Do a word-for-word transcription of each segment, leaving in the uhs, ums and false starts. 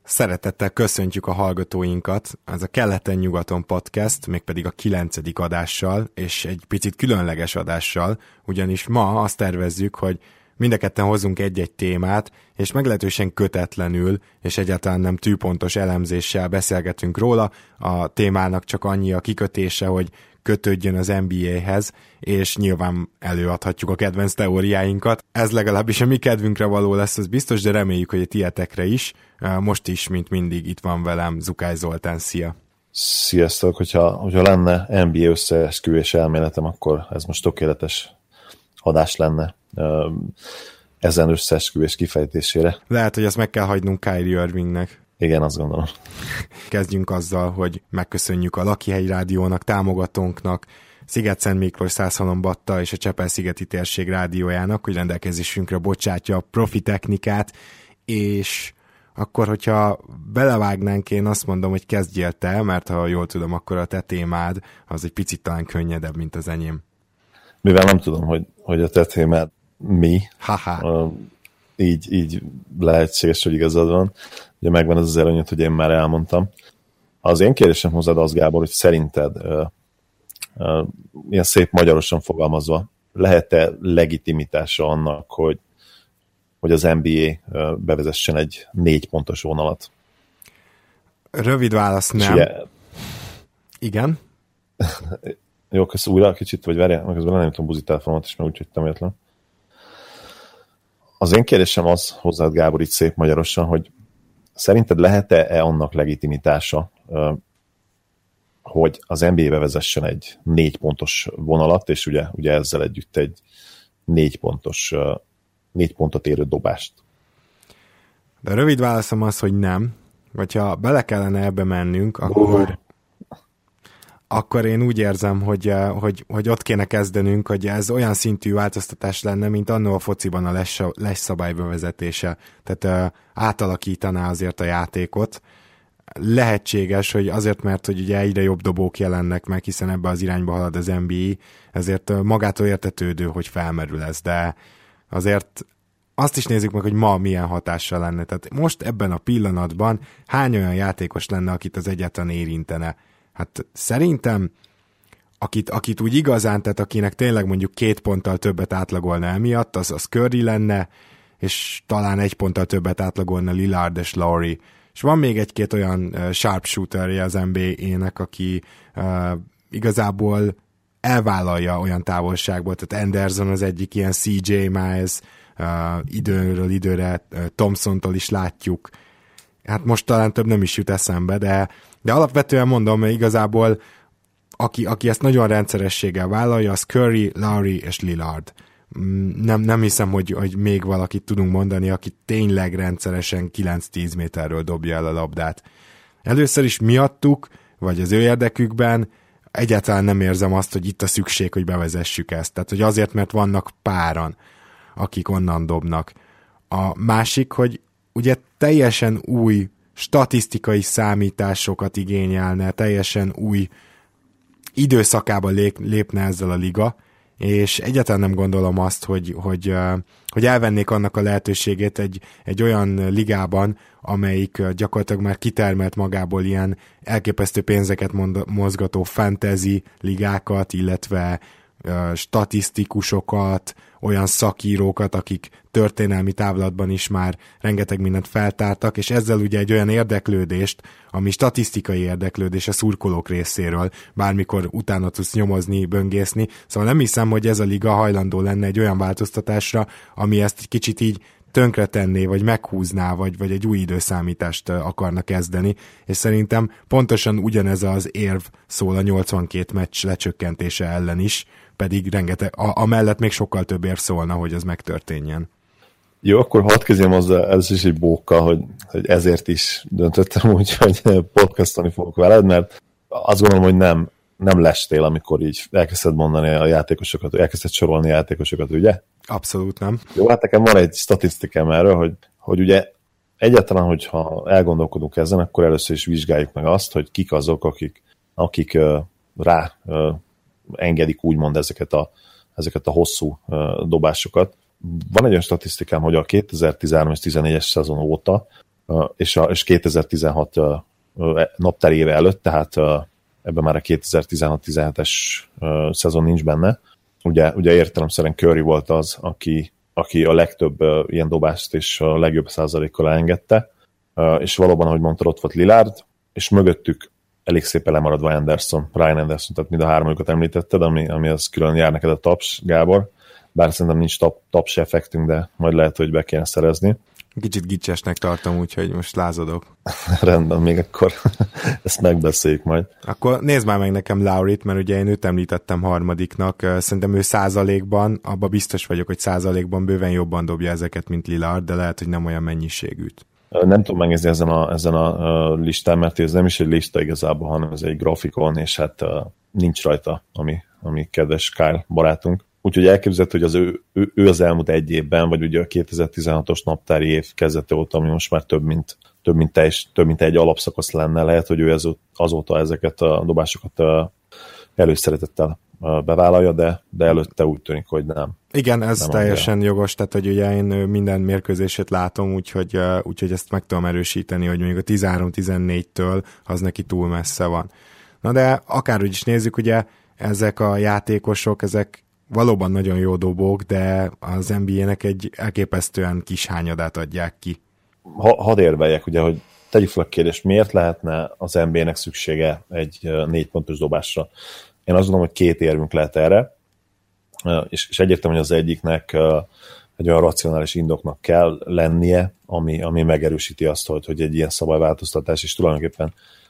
Szeretettel köszöntjük a hallgatóinkat, ez a Keleten-nyugaton podcast, mégpedig a kilencedik adással, és egy picit különleges adással, ugyanis ma azt tervezzük, hogy mind a ketten hozzunk egy-egy témát, és meglehetősen kötetlenül, és egyáltalán nem tűpontos elemzéssel beszélgetünk róla, a témának csak annyi a kikötése, hogy kötődjön az en bé á-hez, és nyilván előadhatjuk a kedvenc teóriáinkat. Ez legalábbis a mi kedvünkre való lesz, az biztos, de reméljük, hogy a tietekre is. Most is, mint mindig, itt van velem Zukály Zoltán, szia! Sziasztok! Hogyha, hogyha lenne en bé á összeesküvés elméletem, akkor ez most tökéletes adás lenne ezen összeesküvés kifejtésére. Lehet, hogy ezt meg kell hagynunk Kyrie Irvingnek. Igen, azt gondolom. Kezdjünk azzal, hogy megköszönjük a Lakihegy Rádiónak, támogatónknak, Sziget-Szent Miklós, Szászhalombatta és a Csepel-szigeti térség rádiójának, hogy rendelkezésünkre bocsátja a profi technikát, és akkor, hogyha belevágnánk, én azt mondom, hogy kezdjél te, mert ha jól tudom, akkor a te témád az egy picit talán könnyedebb, mint az enyém. Mivel nem tudom, hogy, hogy a te témád mi, Haha. Uh, így, így lehetséges, hogy igazad van. Ugye megvan ez az előnyöt, hogy én már elmondtam. Az én kérdésem hozzád az, Gábor, hogy szerinted uh, uh, ilyen szép magyarosan fogalmazva lehet-e legitimitása annak, hogy, hogy az en bé á uh, bevezessen egy négy pontos vonalat? Rövid válasz nem. Ugye... Igen? Jó, kösz újra kicsit, vagy várjál, meg közben nem tudom buzi telefonomat is, mert úgy hagytam értlen. Az én kérdésem az hozzád, Gábor, így szép magyarosan, hogy szerinted lehet-e annak legitimitása, hogy az en bé á bevezessen egy négy pontos vonalat, és ugye, ugye ezzel együtt egy négy pontos, négy pontot érő dobást? De a rövid válaszom az, hogy nem. Vagy ha bele kellene ebbe mennünk, akkor... akkor én úgy érzem, hogy, hogy, hogy ott kéne kezdenünk, hogy ez olyan szintű változtatás lenne, mint annó a fociban a les, les szabály bevezetése. Tehát uh, átalakítaná azért a játékot. Lehetséges, hogy azért, mert hogy ugye egyre jobb dobók jelennek meg, hiszen ebbe az irányba halad az en bé á, ezért uh, magától értetődő, hogy felmerül ez, de azért azt is nézzük meg, hogy ma milyen hatással lenne. Tehát most ebben a pillanatban hány olyan játékos lenne, akit az egyáltalán érintene? Hát szerintem, akit, akit úgy igazán, tehát akinek tényleg mondjuk két ponttal többet átlagolna emiatt, az, az Curry lenne, és talán egy ponttal többet átlagolna Lillard és Lowry. És van még egy-két olyan uh, sharpshooterje az en bé á-nek, aki uh, igazából elvállalja olyan távolságból, tehát Anderson az egyik ilyen cé jé Miles, uh, időről időre uh, Thompsontól is látjuk. Hát most talán több nem is jut eszembe, de, de alapvetően mondom, hogy igazából aki, aki ezt nagyon rendszerességgel vállalja, az Curry, Lowry és Lillard. Nem, nem hiszem, hogy, hogy még valakit tudunk mondani, aki tényleg rendszeresen kilenc-tíz méterről dobja el a labdát. Először is miattuk, vagy az ő érdekükben egyáltalán nem érzem azt, hogy itt a szükség, hogy bevezessük ezt. Tehát, hogy azért, mert vannak páran, akik onnan dobnak. A másik, hogy ugye teljesen új statisztikai számításokat igényelne, teljesen új időszakába lépne ezzel a liga, és egyáltalán nem gondolom azt, hogy, hogy, hogy elvennék annak a lehetőségét egy, egy olyan ligában, amelyik gyakorlatilag már kitermelt magából ilyen elképesztő pénzeket mozgató fantasy ligákat, illetve statisztikusokat, olyan szakírókat, akik történelmi távlatban is már rengeteg mindent feltártak, és ezzel ugye egy olyan érdeklődést, ami statisztikai érdeklődés a szurkolók részéről, bármikor utána tudsz nyomozni, böngészni. Szóval nem hiszem, hogy ez a liga hajlandó lenne egy olyan változtatásra, ami ezt egy kicsit így tönkretenné, vagy meghúzná, vagy, vagy egy új időszámítást akarna kezdeni, és szerintem pontosan ugyanez az érv szól a nyolcvankét meccs lecsökkentése ellen is, pedig rengeteg, a, amellett még sokkal több érv szólna, hogy ez megtörténjen. Jó, akkor hadd kezdjem azzal, ez is egy bókkal, hogy, hogy ezért is döntöttem úgy, hogy podcastolni fogok veled, mert azt gondolom, hogy nem, nem lestél, amikor így elkezdted mondani a játékosokat, elkezdted sorolni a játékosokat, ugye? Abszolút nem. Jó, hát nekem van egy statisztikám erről, hogy, hogy ugye egyáltalán, hogyha elgondolkodunk ezen, akkor először is vizsgáljuk meg azt, hogy kik azok, akik, akik uh, rá uh, engedik úgymond ezeket a, ezeket a hosszú uh, dobásokat. Van egy olyan statisztikám, hogy a kétezer-tizenhárom és tizennégyes szezon óta és, a, és kétezer-tizenhat naptári éve előtt, tehát ebben már a kétezer-tizenhat-tizenhetes szezon nincs benne. Ugye, ugye értelemszerűen Curry volt az, aki, aki a legtöbb ilyen dobást és a legjobb százalékkal elengedte, és valóban, ahogy mondtad, ott volt Lillard, és mögöttük elég szépen lemaradva Anderson, Ryan Anderson, tehát mind a hármajukat említetted, ami, ami az külön jár neked a taps, Gábor, bár szerintem nincs tap, taps effektünk, de majd lehet, hogy be kéne szerezni. Kicsit gicsesnek tartom, úgyhogy most lázadok. Rendben, még akkor ezt megbeszéljük majd. Akkor nézd már meg nekem Lowryt, mert ugye én őt említettem harmadiknak, szerintem ő százalékban, abban biztos vagyok, hogy százalékban bőven jobban dobja ezeket, mint Lillard, de lehet, hogy nem olyan mennyiségűt. Nem tudom megnézni ezen a, ezen a listán, mert ez nem is egy lista igazából, hanem ez egy grafikon, és hát nincs rajta, ami, ami kedves Kyle barátunk. Úgyhogy elképzelhető, hogy az ő, ő, ő az elmúlt egy évben, vagy ugye a kétezer-tizenhatos naptári év kezdete óta, ami most már több mint, több mint, teljes, több mint egy alapszakasz lenne, lehet, hogy ő azóta ezeket a dobásokat előszeretettel bevállalja, de, de előtte úgy tűnik, hogy nem. Igen, ez nem teljesen adja. jogos, tehát hogy ugye én minden mérkőzését látom, úgyhogy, úgyhogy ezt meg tudom erősíteni, hogy mondjuk a tizenhárom-tizennégytől az neki túl messze van. Na de akárhogy is nézzük, ugye ezek a játékosok, ezek valóban nagyon jó dobók, de az en bé á-nek egy elképesztően kis hányadát adják ki. Ha, hadd érveljek, ugye, hogy tegyük fel a kérdést, miért lehetne az en bé á-nek szüksége egy négy pontos dobásra? Én azt gondolom, hogy két érvünk lehet erre, és, és egyértelmű, hogy az egyiknek egy olyan racionális indoknak kell lennie, ami, ami megerősíti azt, hogy, hogy egy ilyen szabályváltoztatás, és tulajdonképpen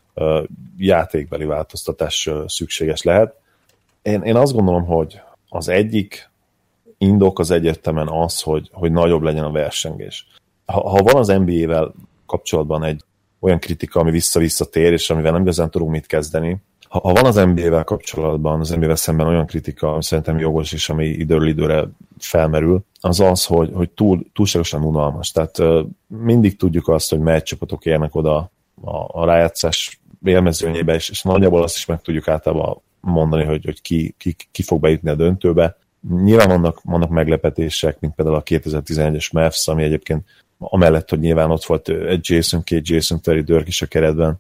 játékbeli változtatás szükséges lehet. Én, én azt gondolom, hogy az egyik indok az egyértelműen az, hogy, hogy nagyobb legyen a versengés. Ha, ha van az en bé á-vel kapcsolatban egy olyan kritika, ami vissza-vissza tér, és amivel nem igazán tudunk mit kezdeni, ha, ha van az en bé á-vel kapcsolatban, az en bé á-vel szemben olyan kritika, ami szerintem jogos, és ami időről időre felmerül, az az, hogy, hogy túl, túlságosan unalmas. Tehát uh, mindig tudjuk azt, hogy mely csapatok érnek oda a, a rájátszás élmezőnyébe, és, és nagyjából azt is meg tudjuk általában mondani, hogy, hogy ki, ki, ki fog bejutni a döntőbe. Nyilván vannak, vannak meglepetések, mint például a kétezer-tizenegyes Mavs, ami egyébként amellett, hogy nyilván ott volt egy Jason Kidd, Jason Terry, Dirk is a keretben.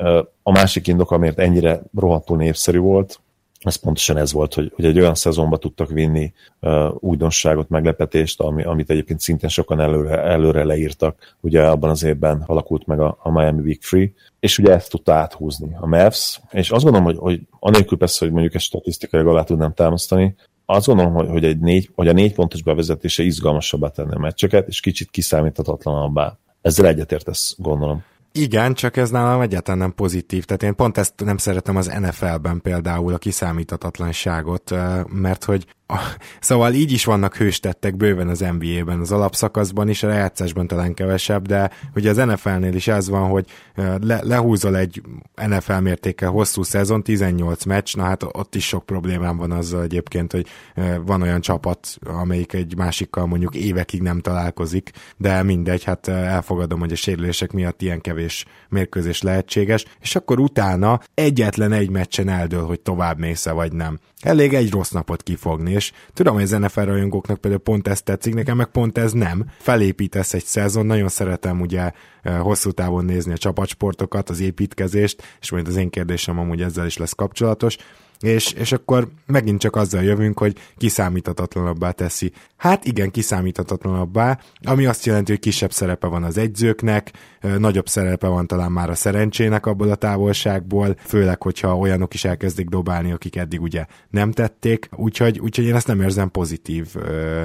A másik indok, amiért ennyire rohadtul népszerű volt, ez pontosan ez volt, hogy, hogy egy olyan szezonba tudtak vinni uh, újdonságot, meglepetést, ami, amit egyébként szintén sokan előre, előre leírtak. Ugye abban az évben alakult meg a, a Miami Big Free, és ugye ezt tudta áthúzni a Mavs, és azt gondolom, hogy, hogy anélkül persze, hogy mondjuk ezt statisztikai alá tudnám támasztani, azt gondolom, hogy, hogy, egy négy, hogy a négy pontos bevezetése izgalmasabbá tenni a meccseket, és kicsit kiszámíthatatlanabbá. Ezzel egyetértesz, gondolom. Igen, csak ez nálam egyáltalán nem pozitív. Tehát én pont ezt nem szeretem az en ef el-ben például a kiszámíthatatlanságot, mert hogy a, szóval így is vannak hőstettek bőven az en bé á-ben, az alapszakaszban is, a rájátszásban talán kevesebb, de ugye az en ef el-nél is ez van, hogy le, lehúzol egy en ef el mértékkel hosszú szezon, tizennyolc meccs, na hát ott is sok problémám van azzal egyébként, hogy van olyan csapat, amelyik egy másikkal mondjuk évekig nem találkozik, de mindegy, hát elfogadom, hogy a sérülések miatt ilyen kevés mérkőzés lehetséges, és akkor utána egyetlen egy meccsen eldől, hogy tovább mész-e vagy nem. Elég egy rossz napot kifogni, és tudom, hogy az en ef el rajongóknak például pont ez tetszik, nekem meg pont ez nem. Felépítesz egy szezon, nagyon szeretem ugye hosszú távon nézni a csapatsportokat, az építkezést, és majd az én kérdésem amúgy ezzel is lesz kapcsolatos, és, és akkor megint csak azzal jövünk, hogy kiszámíthatatlanabbá teszi. Hát igen, kiszámíthatatlanabbá, ami azt jelenti, hogy kisebb szerepe van az egyzőknek, nagyobb szerepe van talán már a szerencsének abból a távolságból, főleg, hogyha olyanok is elkezdik dobálni, akik eddig ugye nem tették, úgyhogy, úgyhogy én ezt nem érzem pozitív,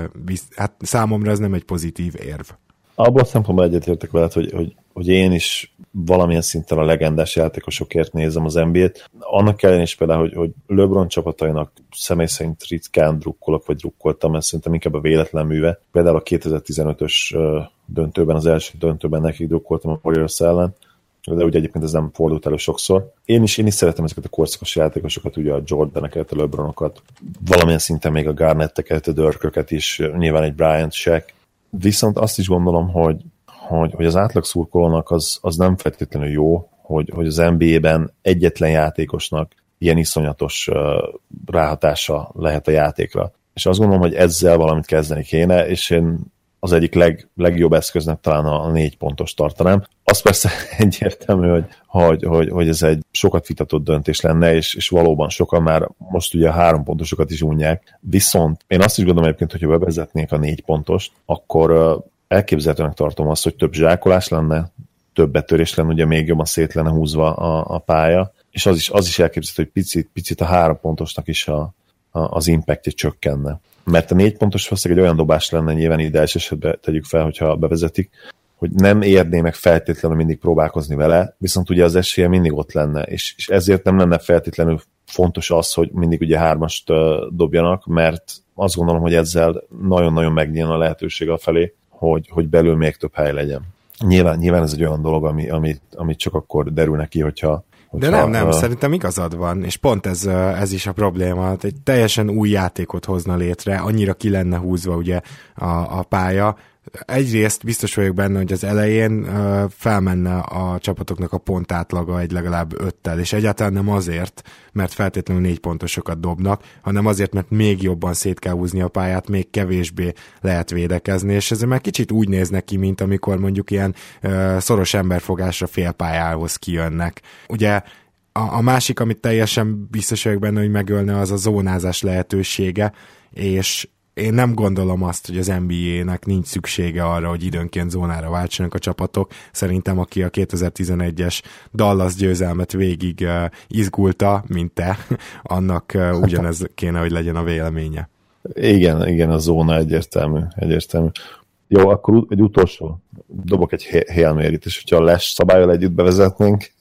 hát számomra ez nem egy pozitív érv. Abban a szempontból egyetértek veled, hogy, hogy, hogy én is valamilyen szinten a legendás játékosokért nézem az en bé á-t. Annak ellenére is például, hogy, hogy LeBron csapatainak személy szerint ritkán drukkolok, vagy drukkoltam, mert szerintem inkább a véletlen műve. Például a kétezer-tizenötös döntőben, az első döntőben nekik drukkoltam a Warriors ellen, de ugye egyébként ez nem fordult elő sokszor. Én is, én is szeretem ezeket a korszakos játékosokat, ugye a Jordaneket, a LeBronokat, valamilyen szinten még a Garnetteket, a Dirköket is, nyilván egy Bryant, Shaq. Viszont azt is gondolom, hogy, hogy, hogy az átlag szurkolónak az, az nem feltétlenül jó, hogy, hogy az en bé á-ben egyetlen játékosnak ilyen iszonyatos uh, ráhatása lehet a játékra. És azt gondolom, hogy ezzel valamit kezdeni kéne, és én az egyik leg, legjobb eszköznek talán a négy pontos tartanám. Az persze egyértelmű, hogy, hogy, hogy, hogy ez egy sokat vitatott döntés lenne, és, és valóban sokan már most ugye a három pontosokat is unják. Viszont én azt is gondolom egyébként, hogyha bevezetnék a négy pontost, akkor elképzelhetőnek tartom azt, hogy több zsákolás lenne, több betörés lenne, ugye még jobban szét lenne húzva a, a pálya, és az is, az is elképzelhető, hogy picit, picit a három pontosnak is a, a, az impactje csökkenne. Mert a négy pontos valószínűleg egy olyan dobás lenne, nyilván ideális esetben tegyük fel, hogyha bevezetik, hogy nem érné meg feltétlenül mindig próbálkozni vele, viszont ugye az esélye mindig ott lenne, és, és ezért nem lenne feltétlenül fontos az, hogy mindig ugye hármast uh, dobjanak, mert azt gondolom, hogy ezzel nagyon-nagyon megnyílna a lehetőség afelé, hogy, hogy belül még több hely legyen. Nyilván, nyilván ez egy olyan dolog, ami, amit, amit csak akkor derül neki, hogyha De nem, nem, uh, szerintem igazad van, és pont ez, ez is a probléma. Egy teljesen új játékot hozna létre, annyira ki lenne húzva ugye a, a pálya. Egyrészt biztos vagyok benne, hogy az elején uh, felmenne a csapatoknak a pontátlaga egy legalább öttel, és egyáltalán nem azért, mert feltétlenül négy pontosokat dobnak, hanem azért, mert még jobban szét kell húzni a pályát, még kevésbé lehet védekezni, és ez már kicsit úgy néz neki, mint amikor mondjuk ilyen uh, szoros emberfogásra félpályához kijönnek. Ugye a, a másik, amit teljesen biztos vagyok benne, hogy megölne, az a zónázás lehetősége, és én nem gondolom azt, hogy az en bé á-nek nincs szüksége arra, hogy időnként zónára váltsanak a csapatok. Szerintem, aki a kétezer-tizenegyes Dallas győzelmet végig uh, izgulta, mint te, annak uh, ugyanez kéne, hogy legyen a véleménye. Igen, igen, a zóna egyértelmű. egyértelmű. Jó, akkor egy utolsó, dobok egy Hail Mary-t, és hogyha a les szabállyal együtt bevezetnénk.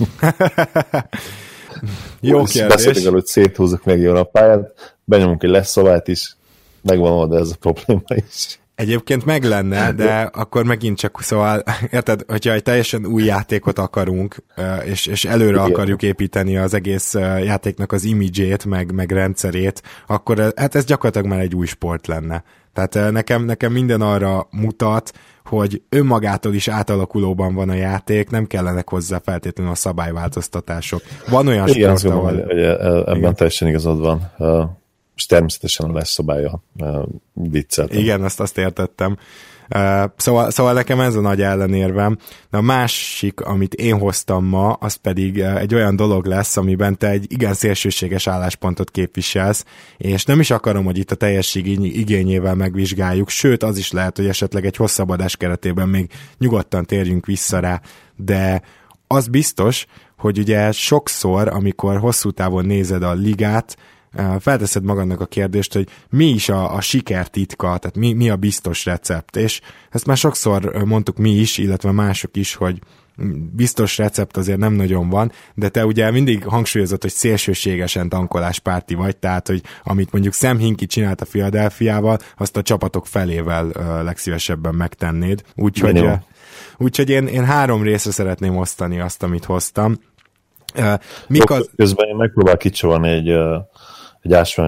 Jó kérdés. Beszéltünk el, hogy széthúzzuk meg jól a pályát, benyomunk egy les szabályt is, megvan oda ez a probléma is. Egyébként meg lenne, de akkor megint csak, szóval, érted, hogyha egy teljesen új játékot akarunk, és, és előre igen. akarjuk építeni az egész játéknak az imidzsét, meg, meg rendszerét, akkor hát ez gyakorlatilag már egy új sport lenne. Tehát nekem, nekem minden arra mutat, hogy önmagától is átalakulóban van a játék, nem kellenek hozzá feltétlenül a szabályváltoztatások. Van olyan igen, sport, ahol... hogy ebben igen. teljesen igazad van. És természetesen lesz szabálya uh, vicceltem. Igen, azt, azt értettem. Uh, szóval, szóval nekem ez a nagy ellenérvem. De a másik, amit én hoztam ma, az pedig uh, egy olyan dolog lesz, amiben te egy igen szélsőséges álláspontot képviselsz, és nem is akarom, hogy itt a teljesség igényével megvizsgáljuk, sőt, az is lehet, hogy esetleg egy hosszabb adás keretében még nyugodtan térjünk vissza rá, de az biztos, hogy ugye sokszor, amikor hosszú távon nézed a ligát, felteszed magadnak a kérdést, hogy mi is a, a siker titka, tehát mi, mi a biztos recept, és ezt már sokszor mondtuk mi is, illetve mások is, hogy biztos recept azért nem nagyon van, de te ugye mindig hangsúlyozott, hogy szélsőségesen tankoláspárti vagy, tehát, hogy amit mondjuk Sam Hinkie csinált a Philadelphiával, azt a csapatok felével uh, legszívesebben megtennéd. Úgyhogy, uh, úgyhogy én, én három részre szeretném osztani azt, amit hoztam. Uh, mik az... Közben én megpróbál kicsavarni egy uh... egy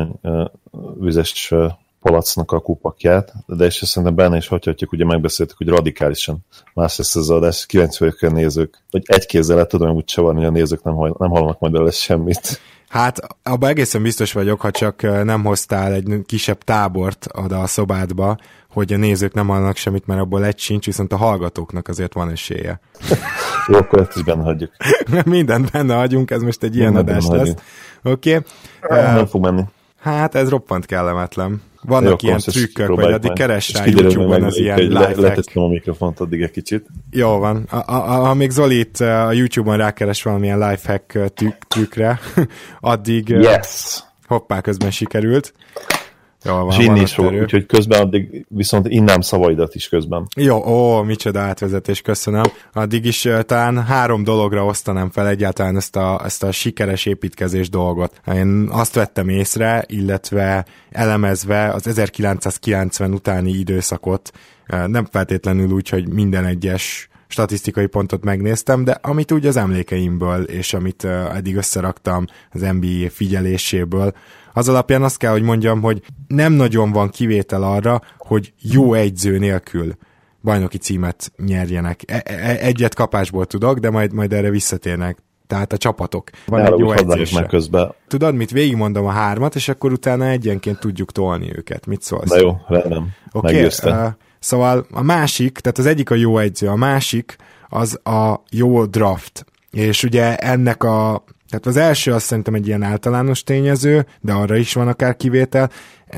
ásványvizes uh, palacnak a kupakját, de és szerintem benne is hagyhatjuk, ugye megbeszéltük, hogy radikálisan más lesz az adás, kíváncsi vagyok a nézők, hogy egy kézzel le tudom úgy csavarni, hogy a nézők nem, hall, nem hallanak majd belőle semmit. Hát abban egészen biztos vagyok, ha csak nem hoztál egy kisebb tábort oda a szobádba, hogy a nézők nem hallanak semmit, mert abból egy sincs, viszont a hallgatóknak azért van esélye. Jó, akkor ezt is benne hagyjuk. Mindent benne hagyunk, ez most egy ilyen Minden adás lesz. Oké. Okay. Nem uh, fog menni. Hát ez roppant kellemetlen. Vannak jó, ilyen trükkök, vagy addig keres rá YouTube-on az ilyen lifehack. Letettem a mikrofont addig egy kicsit. Jó van. Ha még Zolit a YouTube-on rákeres valamilyen lifehack trükkre, addig yes. hoppá, közben sikerült. Jól van, Zsinni is fog, úgyhogy közben addig viszont innám szavaidat is közben. Jó, ó, micsoda átvezetés, köszönöm. Addig is uh, talán három dologra osztanám fel egyáltalán ezt a, ezt a sikeres építkezés dolgot. Én azt vettem észre, illetve elemezve az ezerkilencszázkilencven utáni időszakot, uh, nem feltétlenül úgy, hogy minden egyes statisztikai pontot megnéztem, de amit úgy az emlékeimből, és amit uh, eddig összeraktam az en bé á figyeléséből, az alapján azt kell, hogy mondjam, hogy nem nagyon van kivétel arra, hogy jó egyző nélkül bajnoki címet nyerjenek. E- egyet kapásból tudok, de majd, majd erre visszatérnek. Tehát a csapatok. Van ne, egy jó edzése. Meg közben. Tudod mit? Végigmondom a hármat, és akkor utána egyenként tudjuk tolni őket. Mit szólsz? Na jó, rendben. Oké. Okay. Uh, Szóval a másik, tehát az egyik a jó edző, a másik az a jó draft. És ugye ennek a, tehát az első azt szerintem egy ilyen általános tényező, de arra is van akár kivétel.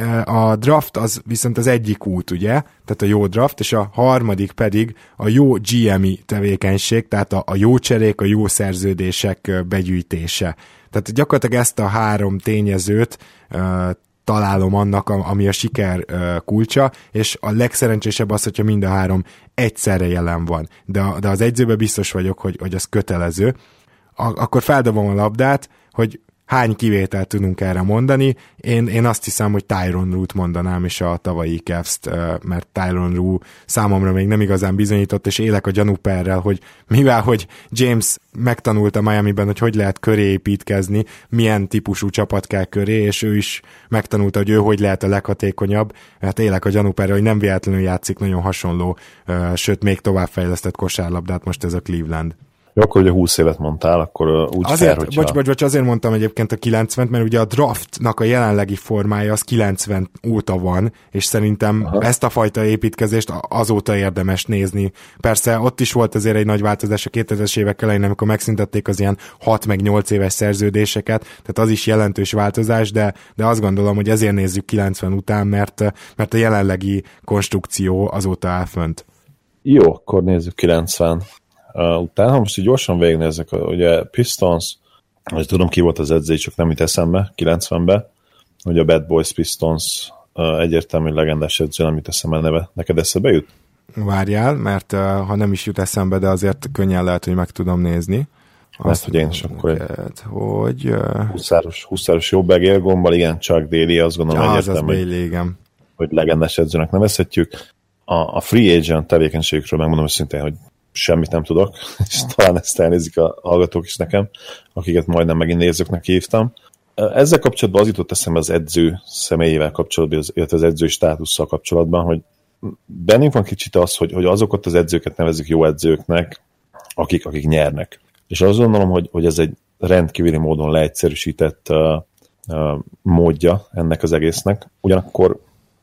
A draft az viszont az egyik út, ugye? Tehát a jó draft, és a harmadik pedig a jó gé em-i tevékenység, tehát a, a jó cserék, a jó szerződések begyűjtése. Tehát gyakorlatilag ezt a három tényezőt uh, találom annak, ami a siker uh, kulcsa, és a legszerencsésebb az, hogyha mind a három egyszerre jelen van. De, de az edzőben biztos vagyok, hogy, hogy az kötelező. A, akkor feldobom a labdát, hogy hány kivételt tudunk erre mondani. Én, én azt hiszem, hogy Tyronn Lue-t mondanám is a tavalyi Cavs-t, mert Tyronn Lue számomra még nem igazán bizonyított, és élek a gyanúperrel, hogy mivel, hogy James megtanulta Miamiben, hogy hogy lehet köré építkezni, milyen típusú csapat kell köré, és ő is megtanulta, hogy ő hogy lehet a leghatékonyabb. Hát élek a gyanúperrel, hogy nem véletlenül játszik nagyon hasonló, sőt még továbbfejlesztett kosárlabdát most ez a Cleveland. Jó, akkor ugye húsz évet mondtál, akkor úgy azért, fel, hogyha... Bocs, bocs, bocs, azért mondtam egyébként a kilencvent, mert ugye a draftnak a jelenlegi formája az kilencven óta van, és szerintem Aha. ezt a fajta építkezést azóta érdemes nézni. Persze ott is volt azért egy nagy változás a kétezres évek elején, amikor megszüntették az ilyen hat meg nyolc éves szerződéseket, tehát az is jelentős változás, de, de azt gondolom, hogy ezért nézzük kilencven után, mert, mert a jelenlegi konstrukció azóta áll fönt. Jó, akkor nézzük kilencven. Uh, utána most így gyorsan végignézzek, ugye Pistons, hogy tudom ki volt az edző, csak nem jut eszembe, kilencvenben, hogy a Bad Boys Pistons uh, egyértelmű legendás edző, nem jut eszembe neve. Neked eszembe jut? Várjál, mert uh, ha nem is jut eszembe, de azért könnyen lehet, hogy meg tudom nézni. Azt, hogy én is akkor egy hogy, uh... húszáros, húszáros jobb egérgombbal, igen, Chuck Daly, azt gondolom ja, egyértelmű, az Bailey, igen. hogy legendás edzőnek nevezhetjük. A, a free agent tevékenységükről megmondom őszintén, hogy semmit nem tudok, és talán ezt elnézik a hallgatók is nekem, akiket majdnem megint nézőknek hívtam. Ezzel kapcsolatban az jutott eszembe az edző személyével kapcsolatban, illetve az edzői státusszal kapcsolatban, hogy bennünk van kicsit az, hogy, hogy azokat az edzőket nevezik jó edzőknek, akik, akik nyernek. És azt gondolom, hogy, hogy ez egy rendkívüli módon leegyszerűsített uh, uh, módja ennek az egésznek. Ugyanakkor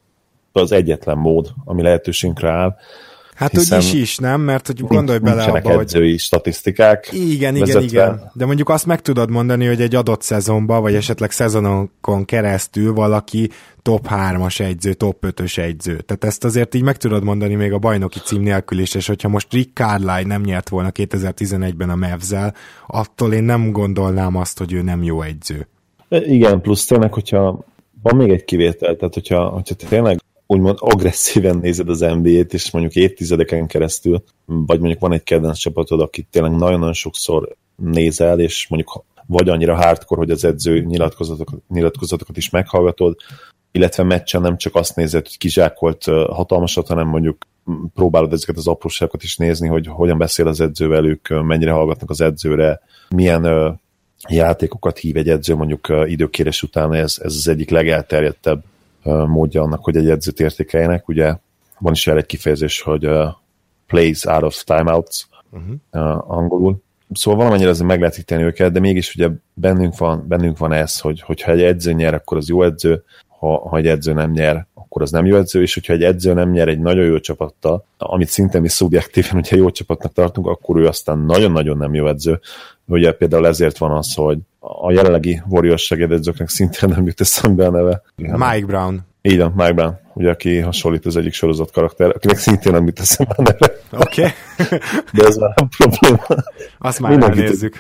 az egyetlen mód, ami lehetőségünkre áll. Hát hogy is is, nem? Mert hogy gondolj bele abba, hogy... edzői statisztikák. Igen, igen, vezetve. igen. De mondjuk azt meg tudod mondani, hogy egy adott szezonban, vagy esetleg szezonokon keresztül valaki top hármas edző, top ötös edző. Tehát ezt azért így meg tudod mondani még a bajnoki cím nélkül is, és hogyha most Rick Carlisle nem nyert volna kétezer-tizenegyben a Mavs-zel, attól én nem gondolnám azt, hogy ő nem jó edző. Igen, plusz tényleg, hogyha van még egy kivétel, tehát hogyha, hogyha tényleg úgymond agresszíven nézed az en bé á-t, és mondjuk évtizedeken keresztül, vagy mondjuk van egy kedvenc csapatod, akit tényleg nagyon-nagyon sokszor nézel, és mondjuk vagy annyira hardcore, hogy az edző nyilatkozatokat, nyilatkozatokat is meghallgatod, illetve meccsen nem csak azt nézed, hogy kizsákolt hatalmasat, hanem mondjuk próbálod ezeket az apróságokat is nézni, hogy hogyan beszél az edző velük, mennyire hallgatnak az edzőre, milyen játékokat hív egy edző mondjuk időkérés után, ez, ez az egyik legelterjedtebb módja annak, hogy egy edzőt értékeljenek. Ugye van is erre egy kifejezés, hogy uh, plays out of timeouts uh-huh. uh, angolul. Szóval valamennyire azért meg lehet ítélni őket, de mégis ugye bennünk van, bennünk van ez, hogy, hogyha egy edző nyer, akkor az jó edző, ha, ha egy edző nem nyer, akkor az nem jó edző, és hogyha egy edző nem nyer egy nagyon jó csapattal, amit szintén mi szubjektíven ugye jó csapatnak tartunk, akkor ő aztán nagyon-nagyon nem jó edző. Ugye például ezért van az, hogy a jelenlegi Warriors segédedzőknek szintén nem jut eszembe a neve. Mike Brown. Így van, Mike Brown, ugye, aki hasonlít az egyik sorozat karakter, akinek szintén nem jut eszembe a neve. Oké. Okay. De ez már nem probléma. Azt már elnézzük.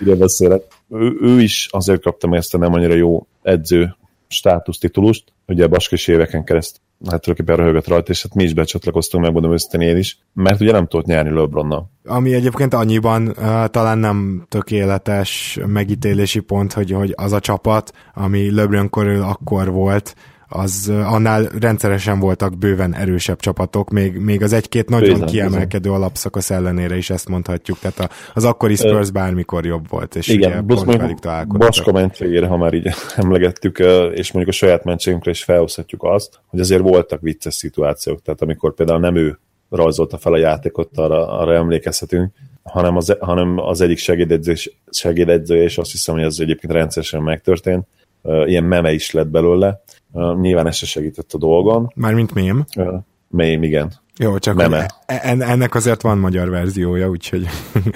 Ő, ő is azért kapta meg ezt a nem annyira jó edző státusztitulust, ugye a baskos éveken keresztül hát tulajdonképpen röhögött rajta, és hát mi is becsatlakoztunk, megmondom őszintén én is, mert ugye nem tudott nyerni LeBronnal. Ami egyébként annyiban uh, talán nem tökéletes megítélési pont, hogy, hogy az a csapat, ami LeBron körül akkor volt, az uh, annál rendszeresen voltak bőven erősebb csapatok, még, még az egy-két nagyon bizony, kiemelkedő bizony. Alapszakasz ellenére is ezt mondhatjuk, tehát a, az akkori Spurs bármikor jobb volt, és igen, ugye pont velük találkoztak. Baska mentségére, ha már így emlegettük, és mondjuk a saját mentségünkre is felhozhatjuk azt, hogy azért voltak vicces szituációk, tehát amikor például nem ő rajzolta fel a játékot, arra, arra emlékezhetünk, hanem az, hanem az egyik segédedző, segédedzője, és azt hiszem, hogy ez egyébként rendszeresen megtörtént, ilyen meme is lett belőle. Uh, nyilván ez se segített a dolgon. Mármint mém? Uh, mém, igen. Jó, csak Meme. ennek azért van magyar verziója, úgyhogy...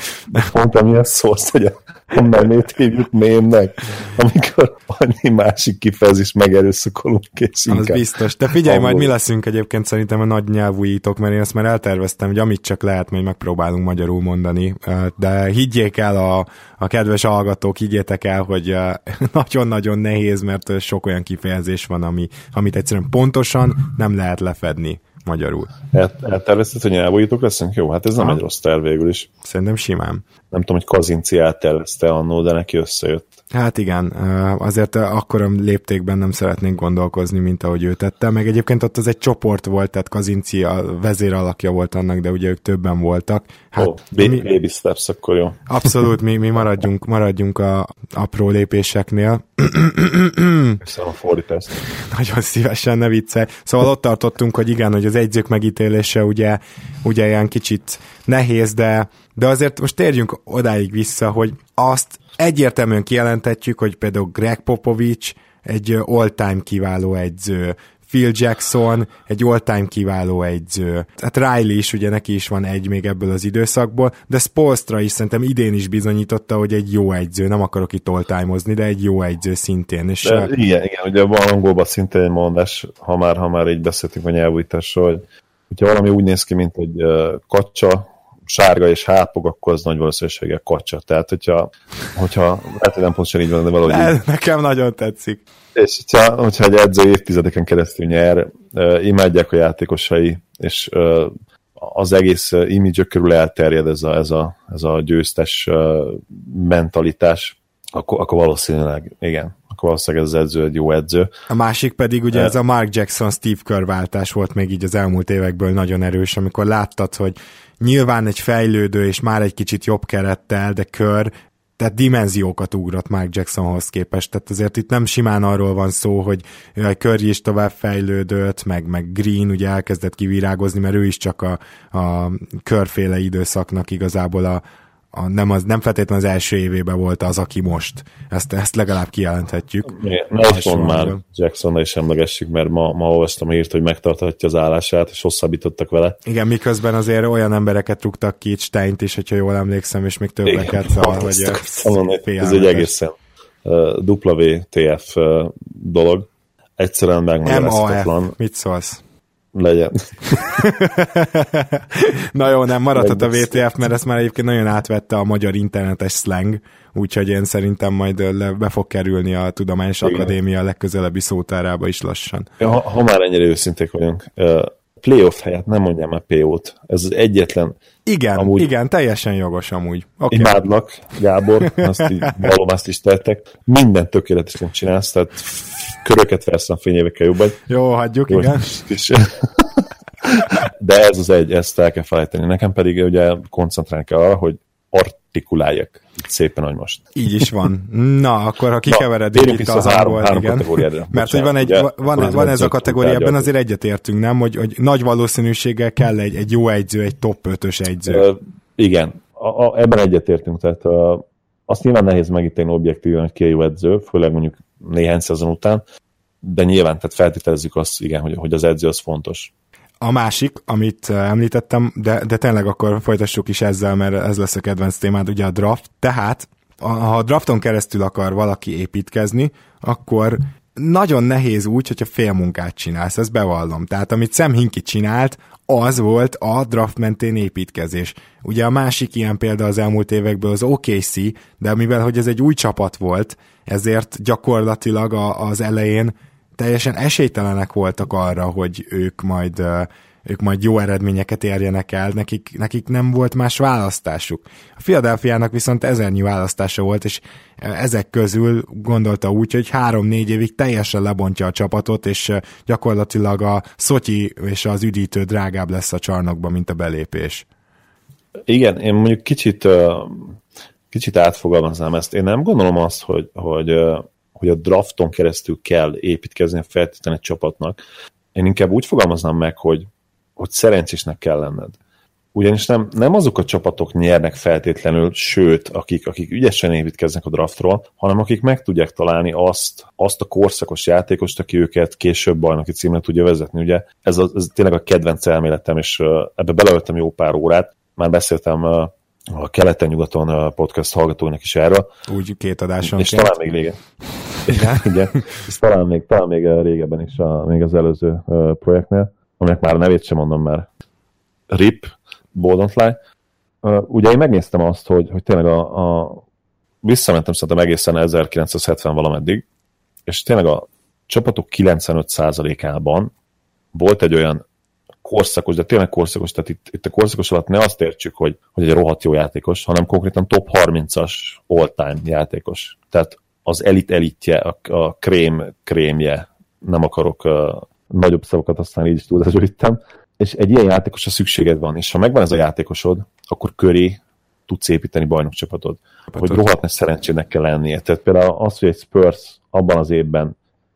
Pont amiért szólsz, hogy a memét hívjuk mémnek, amikor annyi másik kifejezés megerőszakolunk, és inkább... Az biztos. De figyelj, ahol... majd mi leszünk egyébként szerintem a nagy nyelvújítók, mert én ezt már elterveztem, hogy amit csak lehet, majd megpróbálunk magyarul mondani. De higgyék el a, a kedves hallgatók, higgyétek el, hogy nagyon-nagyon nehéz, mert sok olyan kifejezés van, ami, amit egyszerűen pontosan nem lehet lefedni magyarul. El, eltervezted, hogy nyelvújítók leszünk? Jó, hát ez nem ha. egy rossz terv végül is. Szerintem simán. Nem tudom, hogy Kazinci eltervezte annó, de neki összejött. Hát igen, azért akkora léptékben nem szeretnénk gondolkozni, mint ahogy ő tette, meg egyébként ott az egy csoport volt, tehát Kazinci a vezér alakja volt annak, de ugye ők többen voltak. Hát, oh, mi, baby steps, akkor jó. Abszolút, mi, mi maradjunk, maradjunk a apró lépéseknél. Köszönöm a fordítást. Nagyon szívesen, ne viccelj. Szóval ott tartottunk, hogy igen, hogy az egyzők megítélése ugye, ugye ilyen kicsit nehéz, de, de azért most térjünk odáig vissza, hogy azt egyértelműen kijelentetjük, hogy például Greg Popovich egy all-time kiváló egyző, Phil Jackson egy all-time kiváló egyző. Hát Riley is, ugye neki is van egy még ebből az időszakból, de Spoelstra is szerintem idén is bizonyította, hogy egy jó egyző, nem akarok itt all-time-ozni, de egy jó egyző szintén. És de a... igen, igen, ugye van angolban szintén egy mondás, ha már, ha már így beszéltünk a nyelvújításról, hogy hogyha valami úgy néz ki, mint egy uh, kacsa, sárga és hápog, akkor az nagy valószínűséggel kacsa. Tehát, hogyha, hogyha lehet, hogy nem pontosan így van, de valahogy ne, így. Nekem nagyon tetszik. És hogyha, hogyha egy edző évtizedeken keresztül nyer, uh, imádják a játékosai, és uh, az egész uh, image körül elterjed ez a, ez a, ez a győztes uh, mentalitás, akkor, akkor valószínűleg, igen, akkor valószínűleg ez az edző egy jó edző. A másik pedig ugye ez a Mark Jackson Steve Kerr váltás volt még így az elmúlt évekből nagyon erős, amikor láttad, hogy nyilván egy fejlődő és már egy kicsit jobb kerettel, de Kerr, tehát dimenziókat ugrott Mark Jacksonhoz képest, tehát azért itt nem simán arról van szó, hogy Curry is tovább fejlődött, meg, meg Green ugye elkezdett kivirágozni, mert ő is csak a, a Kerr-féle időszaknak igazából a, a, nem, az, nem feltétlenül az első évében volt az, aki most. Ezt, ezt legalább kijelenthetjük. Ne azt mondd már, Jacksonnal is emlegessük, mert ma, ma olvastam hírt, hogy megtarthatja az állását, és hosszabbítottak vele. Igen, miközben azért olyan embereket rúgtak ki, Steint is, hogyha jól emlékszem, és még többeket, szóval, hogy ez, ez egy egészen uh, W T F uh, dolog. Egyszerűen megmagyarázhatatlan. M A F. Mit szólsz? Legyen. Na jó, nem maradhat a vé té ef, mert ezt már egyébként nagyon átvette a magyar internetes slang, úgyhogy én szerintem majd le, be fog kerülni a Tudományos Igen. Akadémia legközelebbi szótárába is lassan. Ja, ha, ha már ennyire őszinték vagyunk, uh, playoff helyett nem mondjam már pé ó-t. Ez az egyetlen... Igen, amúgy, igen, teljesen jogos amúgy. Okay. Imádlak, Gábor, azt így, valóm azt is tettek. Mindent tökéletesen csinálsz, tehát köröket versz a fényévekkel jobb vagy. Jó, hagyjuk, Jó, igen. Is. De ez az egy, ezt el kell felejteni. Nekem pedig ugye koncentrálni kell arra, hogy artikuláljak szépen, hogy most. Így is van. Na, akkor ha kikeveredik itt az a három, három igen. kategóriára. Mert hogy van, egy, ugye, van, van ez a kategória, ebben azért egyetértünk, nem? Hogy, hogy nagy valószínűséggel kell egy, egy jó egyző, egy top ötös egyző. Uh, igen, a, a, ebben egyetértünk. Tehát uh, azt nyilván nehéz megítélni objektíven, hogy ki a jó edző, főleg mondjuk néhány szezon után, de nyilván tehát feltételezzük azt, igen, hogy, hogy az edző az fontos. A másik, amit említettem, de, de tényleg akkor folytassuk is ezzel, mert ez lesz a kedvenc témád, ugye a draft. Tehát, ha a drafton keresztül akar valaki építkezni, akkor nagyon nehéz úgy, hogyha félmunkát csinálsz, ezt bevallom. Tehát, amit Sam Hinkie csinált, az volt a draft mentén építkezés. Ugye a másik ilyen példa az elmúlt évekből az o ká cé, de mivel, hogy ez egy új csapat volt, ezért gyakorlatilag a, az elején teljesen esélytelenek voltak arra, hogy ők majd, ők majd jó eredményeket érjenek el, nekik, nekik nem volt más választásuk. A Philadelphiának viszont ezernyi választása volt, és ezek közül gondolta úgy, hogy három-négy évig teljesen lebontja a csapatot, és gyakorlatilag a szotyi és az üdítő drágább lesz a csarnokba, mint a belépés. Igen, én mondjuk kicsit, kicsit átfogalmaznám ezt. Én nem gondolom azt, hogy, hogy hogy a drafton keresztül kell építkezni a feltétlenül egy csapatnak. Én inkább úgy fogalmaznám meg, hogy, hogy szerencsésnek kell lenned. ugyanis nem, nem azok a csapatok nyernek feltétlenül, sőt, akik, akik ügyesen építkeznek a draftról, hanem akik meg tudják találni azt, azt a korszakos játékost, aki őket később bajnoki címre tudja vezetni. Ugye ez, a, ez tényleg a kedvenc elméletem, és ebbe beleöltem jó pár órát. Már beszéltem a Keleten-nyugaton podcast hallgatóinak is erről. Úgy két adáson. És talán még régen. Igen, és talán még, talán még régebben is, a, még az előző projektnél, aminek már a nevét sem mondom már. R I P, Bold Don't Lie. Uh, ugye én megnéztem azt, hogy, hogy tényleg a, a visszamentem szerintem egészen ezerkilencszázhetven valameddig, és tényleg a csapatok kilencvenöt százalékában volt egy olyan korszakos, de tényleg korszakos, tehát itt, itt a korszakos alatt ne azt értsük, hogy, hogy egy rohadt jó játékos, hanem konkrétan top harmincas all-time játékos. Tehát az elit elitje, a, a krém krémje, nem akarok uh, nagyobb szavakat, aztán így is túlzásra vittem, és egy ilyen játékosra szükséged van, és ha megvan ez a játékosod, akkor köré tudsz építeni bajnokcsapatod. Hogy rohadt nagy szerencsének kell lennie. Tehát például az, hogy egy Spurs abban az évben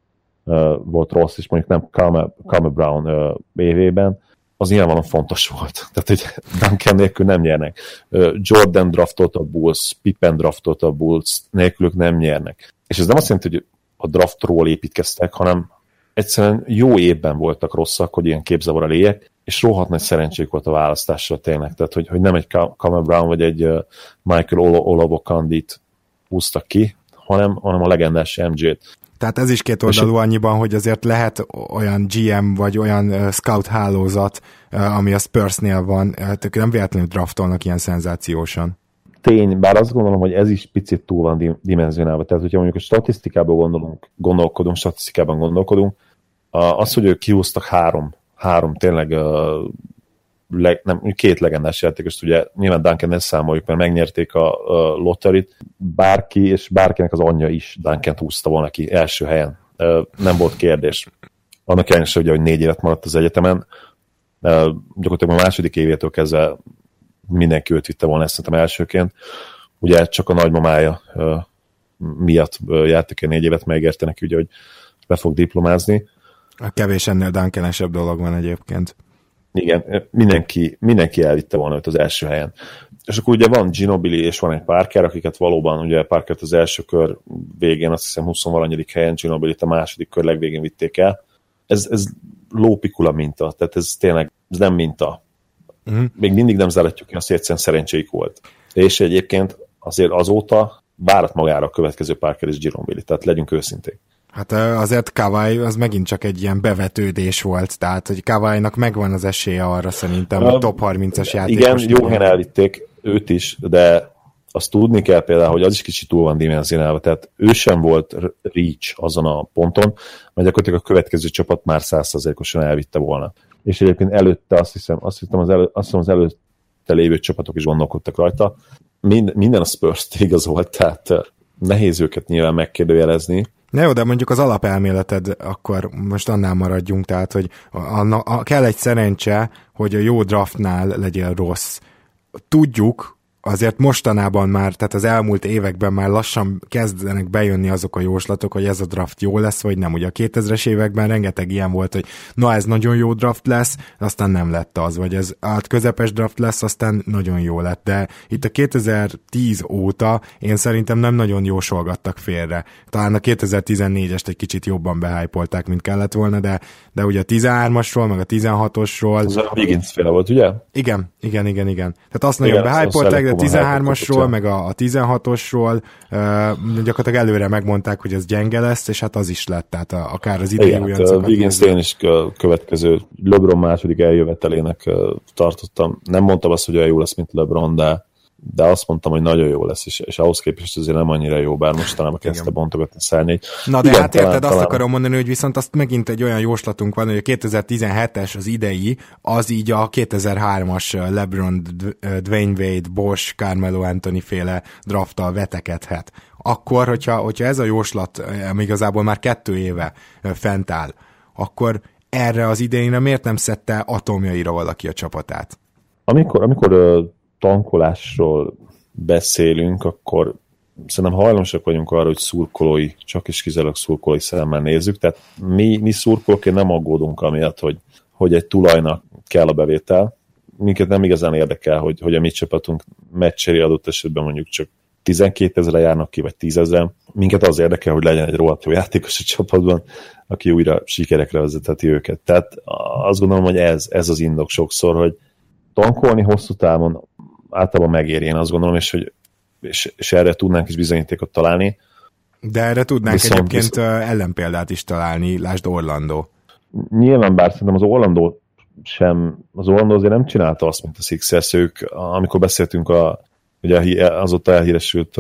uh, volt rossz, és mondjuk nem Calmer Brown uh, évében, az nyilvánvalóan fontos volt. Tehát, hogy Duncan nélkül nem nyernek. Uh, Jordan draftolt a Bulls, Pippen draftolt a Bulls, nélkülük nem nyernek. És ez nem azt jelenti, hogy a draftról építkeztek, hanem egyszerűen jó évben voltak rosszak, hogy ilyen képzavar eléjek, és rohadt nagy szerencsék volt a választással tényleg. Tehát, hogy, hogy nem egy Calmer Brown vagy egy uh, Michael Olowokandit húztak ki, hanem, hanem a legendás em jé-t. Tehát ez is két oldalú annyiban, hogy azért lehet olyan gé em vagy olyan uh, scout hálózat, uh, ami a Spursnél van, uh, nem véletlenül draftolnak ilyen szenzációsan. Tény, bár azt gondolom, hogy ez is picit túl van dimenzionálva. Tehát, hogyha mondjuk a statisztikában gondolunk, gondolkodunk, statisztikában gondolkodunk, az, hogy ők kihúztak három, három tényleg uh, leg, nem, két legendás játékost, ugye nyilván Duncan ne számoljuk, mert megnyerték a, a lotterit, bárki, és bárkinek az anyja is Duncant húzta volna ki első helyen. Uh, nem volt kérdés. Annak ellenére, ugye, hogy négy évet maradt az egyetemen, uh, gyakorlatilag a második évétől kezdve mindenki őt vitte volna, ezt szerintem elsőként. Ugye csak a nagymamája uh, miatt uh, járt ki négy évet, megérte neki, ugye, hogy be fog diplomázni. A kevés ennél Duncan-esebb dolog van egyébként. Igen, mindenki, mindenki elvitte volna őt az első helyen. És akkor ugye van Ginobili és van egy Parker, akiket valóban, ugye Parkert az első kör végén, azt hiszem huszonvalanyadik helyen, Ginobilit a második kör legvégén vitték el. Ez, ez lópikula minta, tehát ez tényleg ez nem minta. Uh-huh. Még mindig nem záratjuk ki, azt egyszerűen szerencséik volt. És egyébként azért azóta várat magára a következő Parker és Ginobili, tehát legyünk őszinték. Hát azért Kawhi az megint csak egy ilyen bevetődés volt, tehát hogy Kawhi-nak megvan az esélye arra szerintem, hogy top harmincas játékos. Igen, jó helyen elvitték őt is, de azt tudni kell például, hogy az is kicsit túl van dimenzionálva, tehát ő sem volt reach azon a ponton, mert gyakorlatilag a következő csapat már száz százalékosan elvitte volna. És egyébként előtte azt hiszem, azt hiszem az, elő, azt hiszem az előtte lévő csapatok is gondolkodtak rajta. Mind, minden a Spurs-t igazolt, tehát nehéz őket nyilván megkérdőjelezni. Na jó, de mondjuk az alapelméleted, akkor most annál maradjunk, tehát, hogy a, a, a, kell egy szerencse, hogy a jó draftnál legyél rossz. Tudjuk, azért mostanában már, tehát az elmúlt években már lassan kezdenek bejönni azok a jóslatok, hogy ez a draft jó lesz, vagy nem. Ugye a kétezres években rengeteg ilyen volt, hogy na ez nagyon jó draft lesz, aztán nem lett az, vagy ez át közepes draft lesz, aztán nagyon jó lett. De itt a kétezer-tíz óta én szerintem nem nagyon jósolgattak félre. Talán a kétezer-tizennégyest egy kicsit jobban behypolták, mint kellett volna, de, de ugye a tizenhármasról, meg a tizenhatosról... Az a Wiggins féle volt, ugye? Igen, igen, igen, igen. Tehát azt nagyon behypolták, a tizenhármasról, meg a, a tizenhatosról uh, gyakorlatilag előre megmondták, hogy ez gyenge lesz, és hát az is lett, tehát a, akár az idei újoncokat. Wiggins én is következő LeBron második eljövetelének tartottam. Nem mondtam azt, hogy olyan jó lesz, mint LeBron, de, de azt mondtam, hogy nagyon jó lesz, és, és ahhoz képest azért nem annyira jó, bár mostanában kezdte bontogatni szárnyai. Na de igen, hát érted, talán, azt talán... akarom mondani, hogy viszont azt megint egy olyan jóslatunk van, hogy a kétezer-tizenhetes az idei, az így a kétezer-hármas LeBron, Dwayne Wade, Bosh, Carmelo Anthony féle drafttal vetekedhet. Akkor, hogyha, hogyha ez a jóslat ami igazából már kettő éve fent áll, akkor erre az idejére miért nem szedte atomjaira valaki a csapatát? Amikor, amikor tankolásról beszélünk, akkor szerintem hajlamosak vagyunk arra, hogy szurkolói, csak is kizárólag szurkolói szemmel nézzük, tehát mi, mi szurkolóként nem aggódunk amiatt, hogy, hogy egy tulajnak kell a bevétel, minket nem igazán érdekel, hogy, hogy a mi csapatunk meccseri adott esetben mondjuk csak tizenkétezren járnak ki, vagy tízezren. Minket az érdekel, hogy legyen egy rohadt jó játékos a csapatban, aki újra sikerekre vezetheti őket. Tehát azt gondolom, hogy ez, ez az indok sokszor, hogy tankolni hosszú távon általában megéri, én azt gondolom, és, hogy, és, és erre tudnánk is bizonyítékot találni. De erre tudnánk viszont, egyébként viszont... ellenpéldát is találni, lásd Orlando. Nyilván, bár szerintem az Orlando sem, az Orlando azért nem csinálta azt, mint a Sixers, ők, amikor beszéltünk a, ugye azóta elhíresült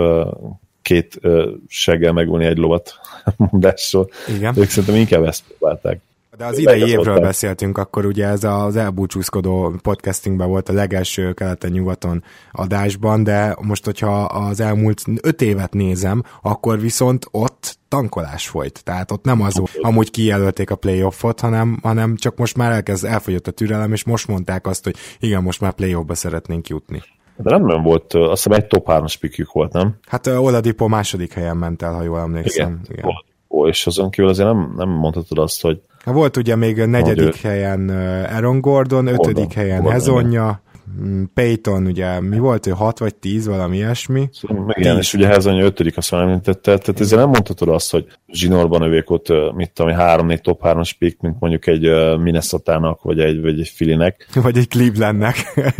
két seggel megölni egy lovat mondásról, igen. Ők szerintem inkább ezt próbálták. De az idei évről beszéltünk, akkor ugye ez az elbúcsúzkodó podcastingben volt a legelső keleten-nyugaton adásban, de most, hogyha az elmúlt öt évet nézem, akkor viszont ott tankolás folyt. Tehát ott nem az, amúgy kijelölték a playoffot, hanem, hanem csak most már elkezd, elfogyott a türelem, és most mondták azt, hogy igen, most már playoffba szeretnénk jutni. De nem nem volt, azt hiszem egy top hármas pikjük volt, nem? Hát Oladipo második helyen ment el, ha jól emlékszem. Igen, igen. Ó, és azon kívül azért nem, nem mondhatod azt, hogy volt ugye még a negyedik helyen Aaron Gordon, ötödik Gordon, helyen Gordon, Hezonja, Payton, ugye mi volt ő, hat vagy tíz, valami ilyesmi. Igen, és ugye Hezonja ötödik, azt már említette, tehát ezzel nem mondhatod azt, hogy zsinórban övék ott, mit tudom, három-négy top hármas pick, mint mondjuk egy Minnesotának, vagy egy, vagy egy Phillynek. Vagy egy Clevelandnek.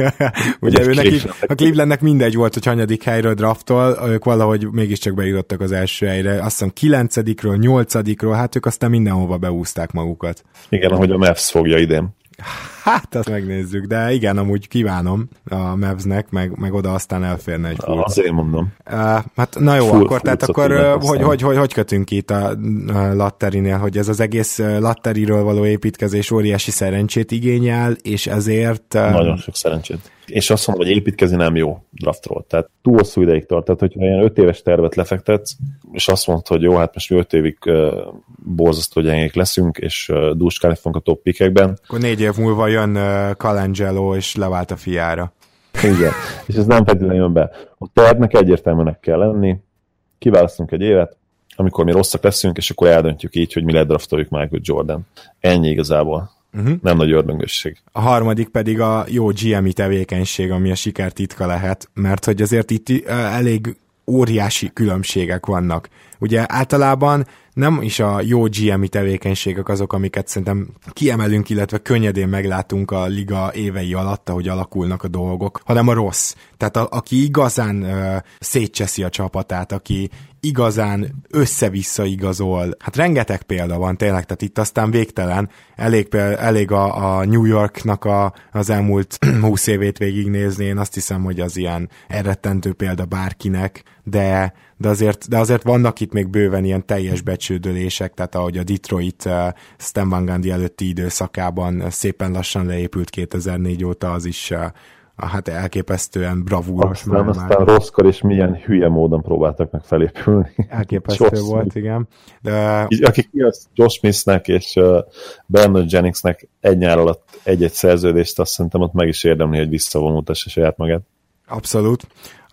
Ugye egy ő nekik, a Clevelandnek mindegy volt, hogy hanyadik helyről draftol, ők valahogy mégiscsak bejutottak az első helyre. Azt hiszem kilencedikről, nyolcadikról, hát ők aztán mindenhova beúzták magukat. Igen, ahogy a Mavs fogja idén. Hát, azt megnézzük, de igen, amúgy kívánom a Mavsnek, meg, meg oda aztán elférne egy full. Azért mondom. Uh, hát na jó, full, akkor, tehát akkor hogy, hogy, hogy, hogy kötünk itt a, a Latterinél, hogy ez az egész Latteriről való építkezés óriási szerencsét igényel, és ezért... Uh... Nagyon sok szerencsét. És azt mondom, hogy építkezni nem jó draftról. Tehát túl hosszú ideig tart. Tehát, hogyha ilyen öt éves tervet lefektetsz, és azt mondod, hogy jó, hát most mi öt évig uh, borzasztó gyengék leszünk, és uh, dúskálni fogunk a top pickekben. Akkor négy év múlva jön uh, Colangelo, és levált a fiára. Igen, és ez nem feltétlenül jön be. A tervnek egyértelműnek kell lenni, kiválasztunk egy évet, amikor mi rosszak leszünk, és akkor eldöntjük így, hogy mi ledraftoljuk Michael Jordan. Ennyi igazából. Uh-huh. Nem nagy ördöngösség. A harmadik pedig a jó gé em i tevékenység, ami a siker titka lehet, mert hogy azért itt elég óriási különbségek vannak. Ugye általában nem is a jó gé em i tevékenységek azok, amiket szerintem kiemelünk, illetve könnyedén meglátunk a liga évei alatt, ahogy alakulnak a dolgok, hanem a rossz. Tehát a, aki igazán uh, szétcseszi a csapatát, aki igazán össze-vissza igazol. Hát rengeteg példa van tényleg, tehát itt aztán végtelen. Elég, elég a, a New Yorknak a, az elmúlt húsz évét végignézni, én azt hiszem, hogy az ilyen elrettentő példa bárkinek, de, de, azért, de azért vannak itt még bőven ilyen teljes becsődölések, tehát ahogy a Detroit uh, Stan Van Gundy előtti időszakában uh, szépen lassan leépült kétezer-négy óta, az is uh, hát elképesztően bravúros. Aztán, aztán rosszkor és milyen hülye módon próbáltak meg felépülni. Elképesztő Josh volt, Smith. Igen. De... Akik az Josh Smithnek és uh, Brandon Jenningsnek egy nyár alatt egy-egy szerződést, azt szerintem ott meg is érdemli, hogy visszavonultassa saját magát. Abszolút.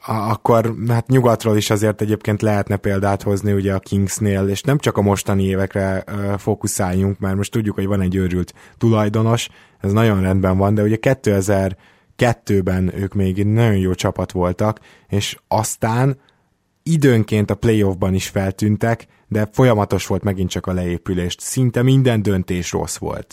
Akkor hát nyugatról is azért egyébként lehetne példát hozni ugye a Kingsnél, és nem csak a mostani évekre uh, fókuszáljunk, mert most tudjuk, hogy van egy őrült tulajdonos, ez nagyon rendben van, de ugye kétezer-kettőben ők még egy nagyon jó csapat voltak, és aztán időnként a playoffban is feltűntek, de folyamatos volt megint csak a leépülést. Szinte minden döntés rossz volt.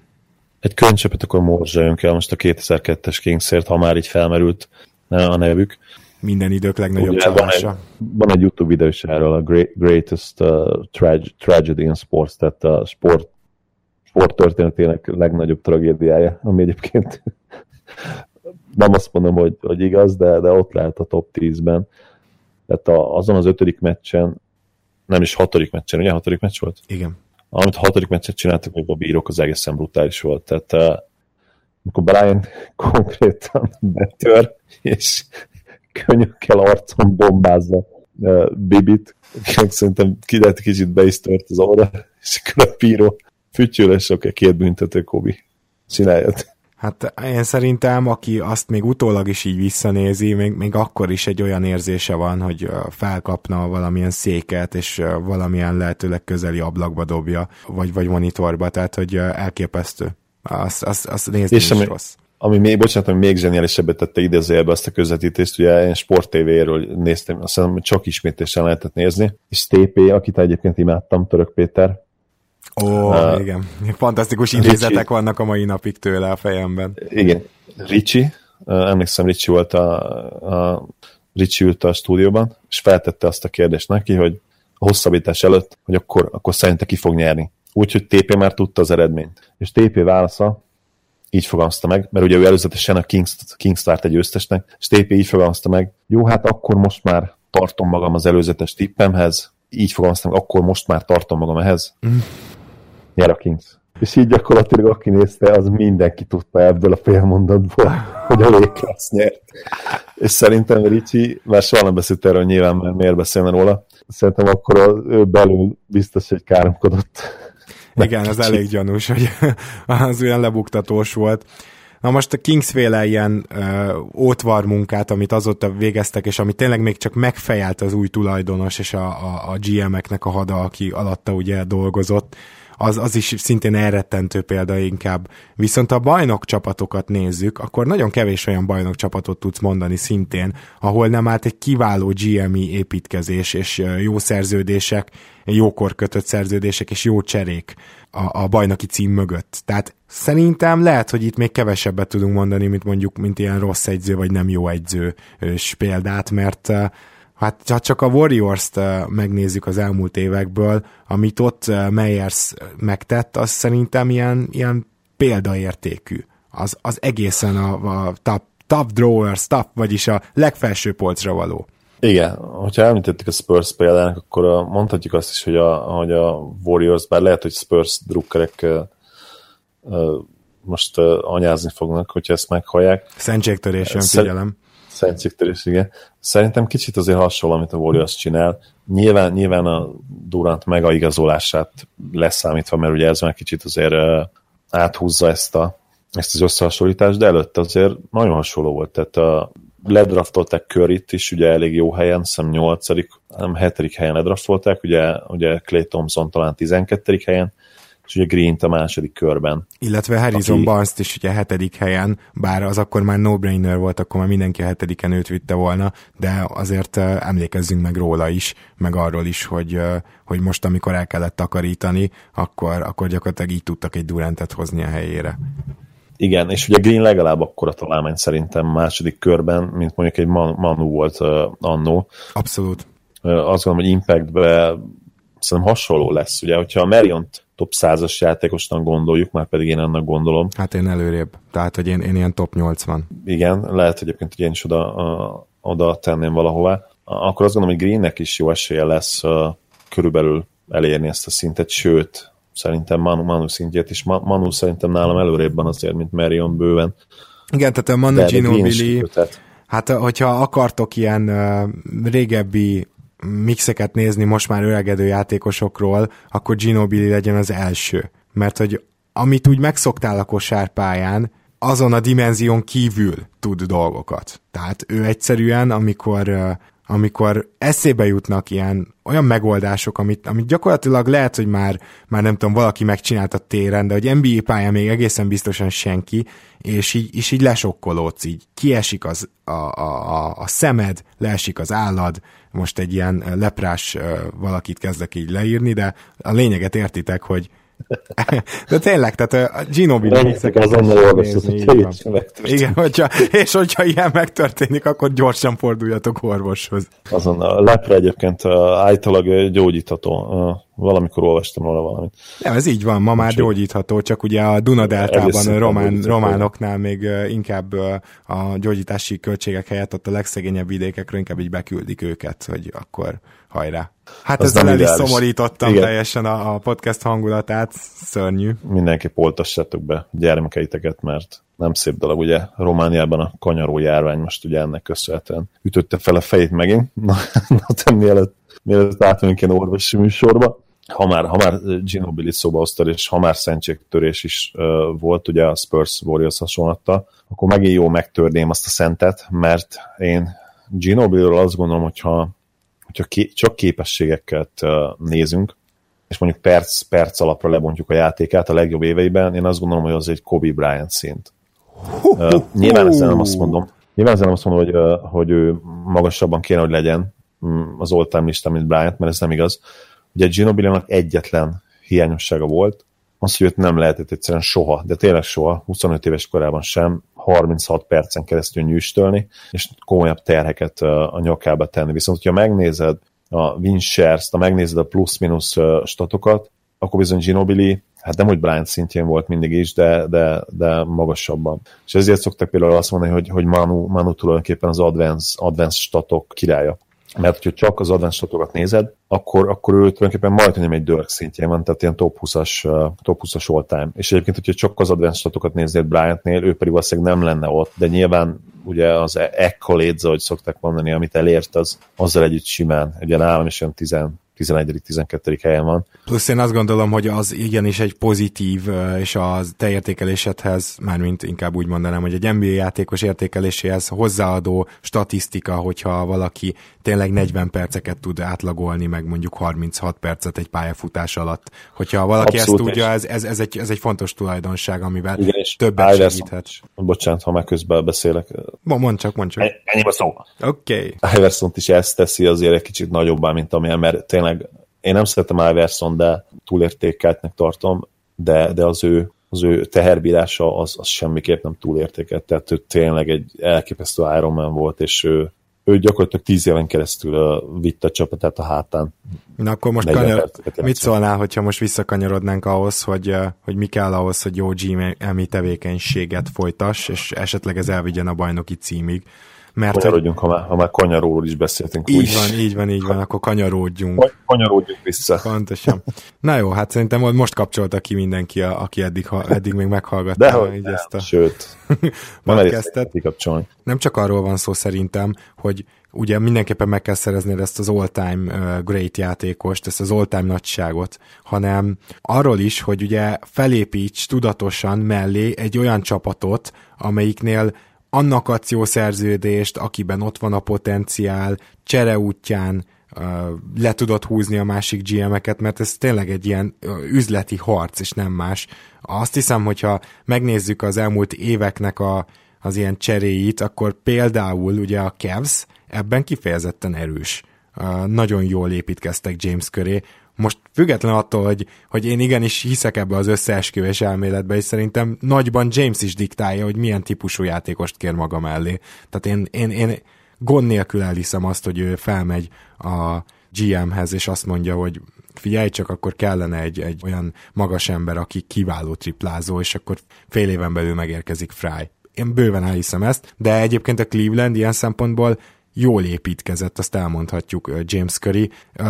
Egy könycsepet akkor morzsáljunk el most a kétezer-kettes Kingsért, ha már így felmerült a nevük. Minden idők legnagyobb csalása. Van egy, van egy YouTube videó is erről, a great, Greatest uh, trage, Tragedy in Sports, tehát a sport, sport történetének legnagyobb tragédiája, ami egyébként nem azt mondom, hogy, hogy igaz, de, de ott lehet a top tízben. Tehát a, azon az ötödik meccsen, nem is hatodik meccsen, ugye hatodik meccs volt? Igen. Amit a hatodik meccset csináltak, még a bírók, az egészen brutális volt. Tehát uh, amikor Brian konkrétan betör, és könyökkel arcon bombázza uh, Bibit, szerintem ki lehet kicsit be is tört az óra, és akkor a bíró fütyülés, oké, két büntető, Kobi, csináljad. Hát én szerintem, aki azt még utólag is így visszanézi, még, még akkor is egy olyan érzése van, hogy felkapna valamilyen széket, és valamilyen lehetőleg közeli ablakba dobja, vagy, vagy monitorba, tehát hogy elképesztő. Azt, azt, azt nézni és is ami, rossz. ami még, bocsánat, ami még zseniálisebbé tette idézőjelbe azt a közvetítést, ugye én Sport té véről néztem, azt hiszem, csak ismétésen lehetett nézni, és té pé, akit egyébként imádtam, Török Péter. Ó, uh, igen. Fantasztikus idézetek Ricci. Vannak a mai napig tőle a fejemben. Igen. Ricci, uh, emlékszem, Ricci volt a, a Ricci ült a stúdióban, és feltette azt a kérdést neki, hogy a hosszabbítás előtt, hogy akkor, akkor szerinte ki fog nyerni. Úgyhogy té pé már tudta az eredményt. És té pé válasza így fogalmazta meg, mert ugye ő előzetesen a Kings, Kingstart egy győztesnek, és té pé így fogalmazta meg, jó, hát akkor most már tartom magam az előzetes tippemhez, így fogalmaztam, akkor most már tartom magam ehhez. Mm. Nyer a Kings. És így gyakorlatilag aki nézte, az mindenki tudta ebből a félmondatból, hogy a Lakers nyert. És szerintem Ricci, már soha nem beszélt erről nyilván, mert miért beszélne róla, szerintem akkor az, ő belül biztos, hogy káromkodott. Igen, az elég gyanús, hogy az olyan lebuktatós volt. Na most a Kings-féle ilyen ö, ótvar munkát, amit azóta végeztek, és ami tényleg még csak megfejelt az új tulajdonos és a, a, a gé em-eknek a hada, aki alatta ugye dolgozott, az, az is szintén elrettentő példa inkább. Viszont ha a bajnok csapatokat nézzük, akkor nagyon kevés olyan bajnok csapatot tudsz mondani szintén, ahol nem állt egy kiváló gé em-i építkezés, és jó szerződések, jókor kötött szerződések, és jó cserék a, a bajnoki cím mögött. Tehát szerintem lehet, hogy itt még kevesebbet tudunk mondani, mint mondjuk, mint ilyen rossz egyző, vagy nem jó egyzős példát, mert hát ha csak a Warriors-t megnézzük az elmúlt évekből, amit ott Meyers megtett, az szerintem ilyen, ilyen példaértékű. Az, az egészen a, a top, top drawers, top, vagyis a legfelső polcra való. Igen, hogyha említettük a Spurs példának, akkor mondhatjuk azt is, hogy a, hogy a Warriors, bár lehet, hogy Spurs drukkerek uh, uh, most uh, anyázni fognak, hogyha ezt meghallják. Szentségtörés, jön, figyelem. Szentségtörés, igen. Szerintem kicsit azért hasonló, amit a Warriors csinál. Nyilván, nyilván a Durant megaigazolását leszámítva, mert ugye ez már kicsit azért uh, áthúzza ezt, a, ezt az összehasonlítást, de előtte azért nagyon hasonló volt. Tehát a ledraftolták Curryt is, ugye elég jó helyen, hiszem nyolcadik, nem hetedik helyen ledraftolták, ugye, ugye Klay Thompson talán tizenkettedik helyen, és ugye Green-t a második körben. Illetve Harrison aki... Barnes-t is ugye hetedik helyen, bár az akkor már no-brainer volt, akkor már mindenki a hetediken őt vitte volna, de azért uh, emlékezzünk meg róla is, meg arról is, hogy, uh, hogy most, amikor el kellett takarítani, akkor, akkor gyakorlatilag így tudtak egy Durantet hozni a helyére. Igen, és ugye Green legalább akkora találmány szerintem második körben, mint mondjuk egy Man- Manu volt uh, annó. Abszolút. Uh, azt gondolom, hogy Impactben szerintem hasonló lesz. Ugye, hogyha a Mariont top százas játékosnak gondoljuk, már pedig én annak gondolom. Hát én előrébb. Tehát, hogy én, én ilyen top nyolcvan. Igen, lehet egyébként, hogy én is oda, uh, oda tenném valahová. Akkor azt gondolom, hogy Greennek is jó esélye lesz uh, körülbelül elérni ezt a szintet, sőt, szerintem Manu, Manu szintjét is. Manu szerintem nálam előrébben azért, mint Marion bőven. Igen, tehát a Manu Ginobili, hát hogyha akartok ilyen uh, régebbi mixeket nézni most már öregedő játékosokról, akkor Ginobili legyen az első. Mert hogy amit úgy megszoktál a kosárpályán, azon a dimenzión kívül tud dolgokat. Tehát ő egyszerűen, amikor, uh, amikor eszébe jutnak ilyen olyan megoldások, amit, amit gyakorlatilag lehet, hogy már, már nem tudom, valaki megcsinálta téren, de hogy en bé á pályán még egészen biztosan senki, és így, és így lesokkolódsz, így kiesik az, a, a, a szemed, leesik az állad, most egy ilyen leprás valakit kezdek így leírni, de a lényeget értitek, hogy de tényleg, tehát a Ginobili mixeket azonnal olvasod, igen, hogyha, és hogyha ilyen megtörténik, akkor gyorsan forduljatok orvoshoz. Azon a lepre egyébként állítólag gyógyítható. Valamikor olvastam róla valamit. Nem, ez így van, ma már Úgy, gyógyítható, csak ugye a Dunadeltában román, románoknál még inkább a gyógyítási költségek helyett ott a legszegényebb vidékekről inkább így beküldik őket, hogy akkor hajrá. Hát az ezzel el is szomorítottam igen. teljesen a, a podcast hangulatát, szörnyű. Mindenképp oltassátok be gyermekeiteket, mert nem szép dolog, ugye Romániában a kanyaró járvány most ugye ennek köszönhetően ütötte fel a fejét megint, na, na te mielőtt, mielőtt átmegyünk ilyen orvosi műsorba. Ha már, ha már Ginobili szóba hoztad, és ha már szentségtörés is uh, volt, ugye a Spurs Warriors hasonlatta, akkor megint jó megtörném azt a szentet, mert én Ginobiliről azt gondolom, hogyha, hogyha ké, csak képességeket uh, nézünk, és mondjuk perc, perc alapra lebontjuk a játékát a legjobb éveiben, én azt gondolom, hogy az egy Kobe Bryant szint. Uh, nyilván ezzel nem azt mondom, nyilván ezzel nem azt mondom, hogy, uh, hogy ő magasabban kéne, hogy legyen az all-time listán, mint Bryant, mert ez nem igaz. Ugye Ginobili-nak egyetlen hiányossága volt, az, hogy őt nem lehetett egyszerűen soha, de tényleg soha, huszonöt éves korában sem, harminchat percen keresztül nyűstölni, és komolyabb terheket a nyakába tenni. Viszont, hogyha megnézed a win shares-t, ha megnézed a plusz-minusz statokat, akkor bizony Ginobili, hát nem, hogy Bryant szintjén volt mindig is, de, de, de magasabban. És ezért szoktak például azt mondani, hogy, hogy Manu, Manu tulajdonképpen az advanced, advanced statok királya. Mert hogyha csak az advanced statokat nézed, akkor, akkor ő tulajdonképpen majdnem egy Dirk szintjén van, tehát ilyen top húszas, top húszas all-time. És egyébként, hogyha csak az advanced statokat néznél Bryantnél, ő pedig valószínűleg nem lenne ott, de nyilván ugye az accolades, ahogy szokták mondani, amit elért, az azzal együtt simán. Ugye nálam is olyan tizenegyedik tizenkettedik helyen van. Plusz én azt gondolom, hogy az igenis egy pozitív, és a te értékelésedhez, mármint inkább úgy mondanám, hogy egy en bé á játékos értékeléséhez hozzáadó statisztika, hogyha valaki tényleg negyven perceket tud átlagolni, meg mondjuk harminchat percet egy pályafutás alatt. Hogyha valaki Abszolút ezt tudja, ez, ez, ez, egy, ez egy fontos tulajdonság, amivel igen, többet Iverson, segíthet. Bocsánat, ha már közben beszélek. Mondd csak, mondd csak. Ennyi a szó. Oké. Okay. Iversont is ezt teszi azért egy kicsit nagyobbá, mint amilyen, mert tényleg én nem szeretem Iverson, de túlértékeltnek tartom, de, de az ő, az ő teherbírása az, az semmiképp nem túlértékelt. Tehát ő tényleg egy elképesztő Iron Man volt, és ő, ő gyakorlatilag tíz éven keresztül vitte a csapatát a hátán. Na akkor most kanyar... mit szólnál, hogyha most visszakanyarodnánk ahhoz, hogy, hogy mi kell ahhoz, hogy jó gé em i tevékenységet folytass, és esetleg ez elvigyen a bajnoki címig. Mert kanyarodjunk, ha már, ha már kanyaróról is beszéltünk. Így úgy. van, így van, így van, akkor kanyarodjunk. Kanyarodjunk vissza. Pontosan. Na jó, hát szerintem most kapcsolta ki mindenki, a, aki eddig, eddig még meghallgatta. De így nem, ezt a sőt. podcastet. Nem csak arról van szó szerintem, hogy ugye mindenképpen meg kell szerezned ezt az all-time uh, great játékost, ezt az all-time nagyságot, hanem arról is, hogy ugye felépíts tudatosan mellé egy olyan csapatot, amelyiknél annak adsz jó szerződést, akiben ott van a potenciál, csere útján uh, le tudod húzni a másik gé em-eket, mert ez tényleg egy ilyen uh, üzleti harc, és nem más. Azt hiszem, hogyha megnézzük az elmúlt éveknek a, az ilyen cseréit, akkor például ugye a Cavs ebben kifejezetten erős. Uh, nagyon jól építkeztek James köré. Most független attól, hogy, hogy én igenis hiszek ebbe az összeesküvés elméletbe, és szerintem nagyban James is diktálja, hogy milyen típusú játékost kér maga mellé. Tehát én, én, én gond nélkül elhiszem azt, hogy ő felmegy a gé emhez, és azt mondja, hogy figyelj csak, akkor kellene egy, egy olyan magas ember, aki kiváló triplázó, és akkor fél éven belül megérkezik Fry. Én bőven elhiszem ezt, de egyébként a Cleveland ilyen szempontból jól építkezett, azt elmondhatjuk James Curry.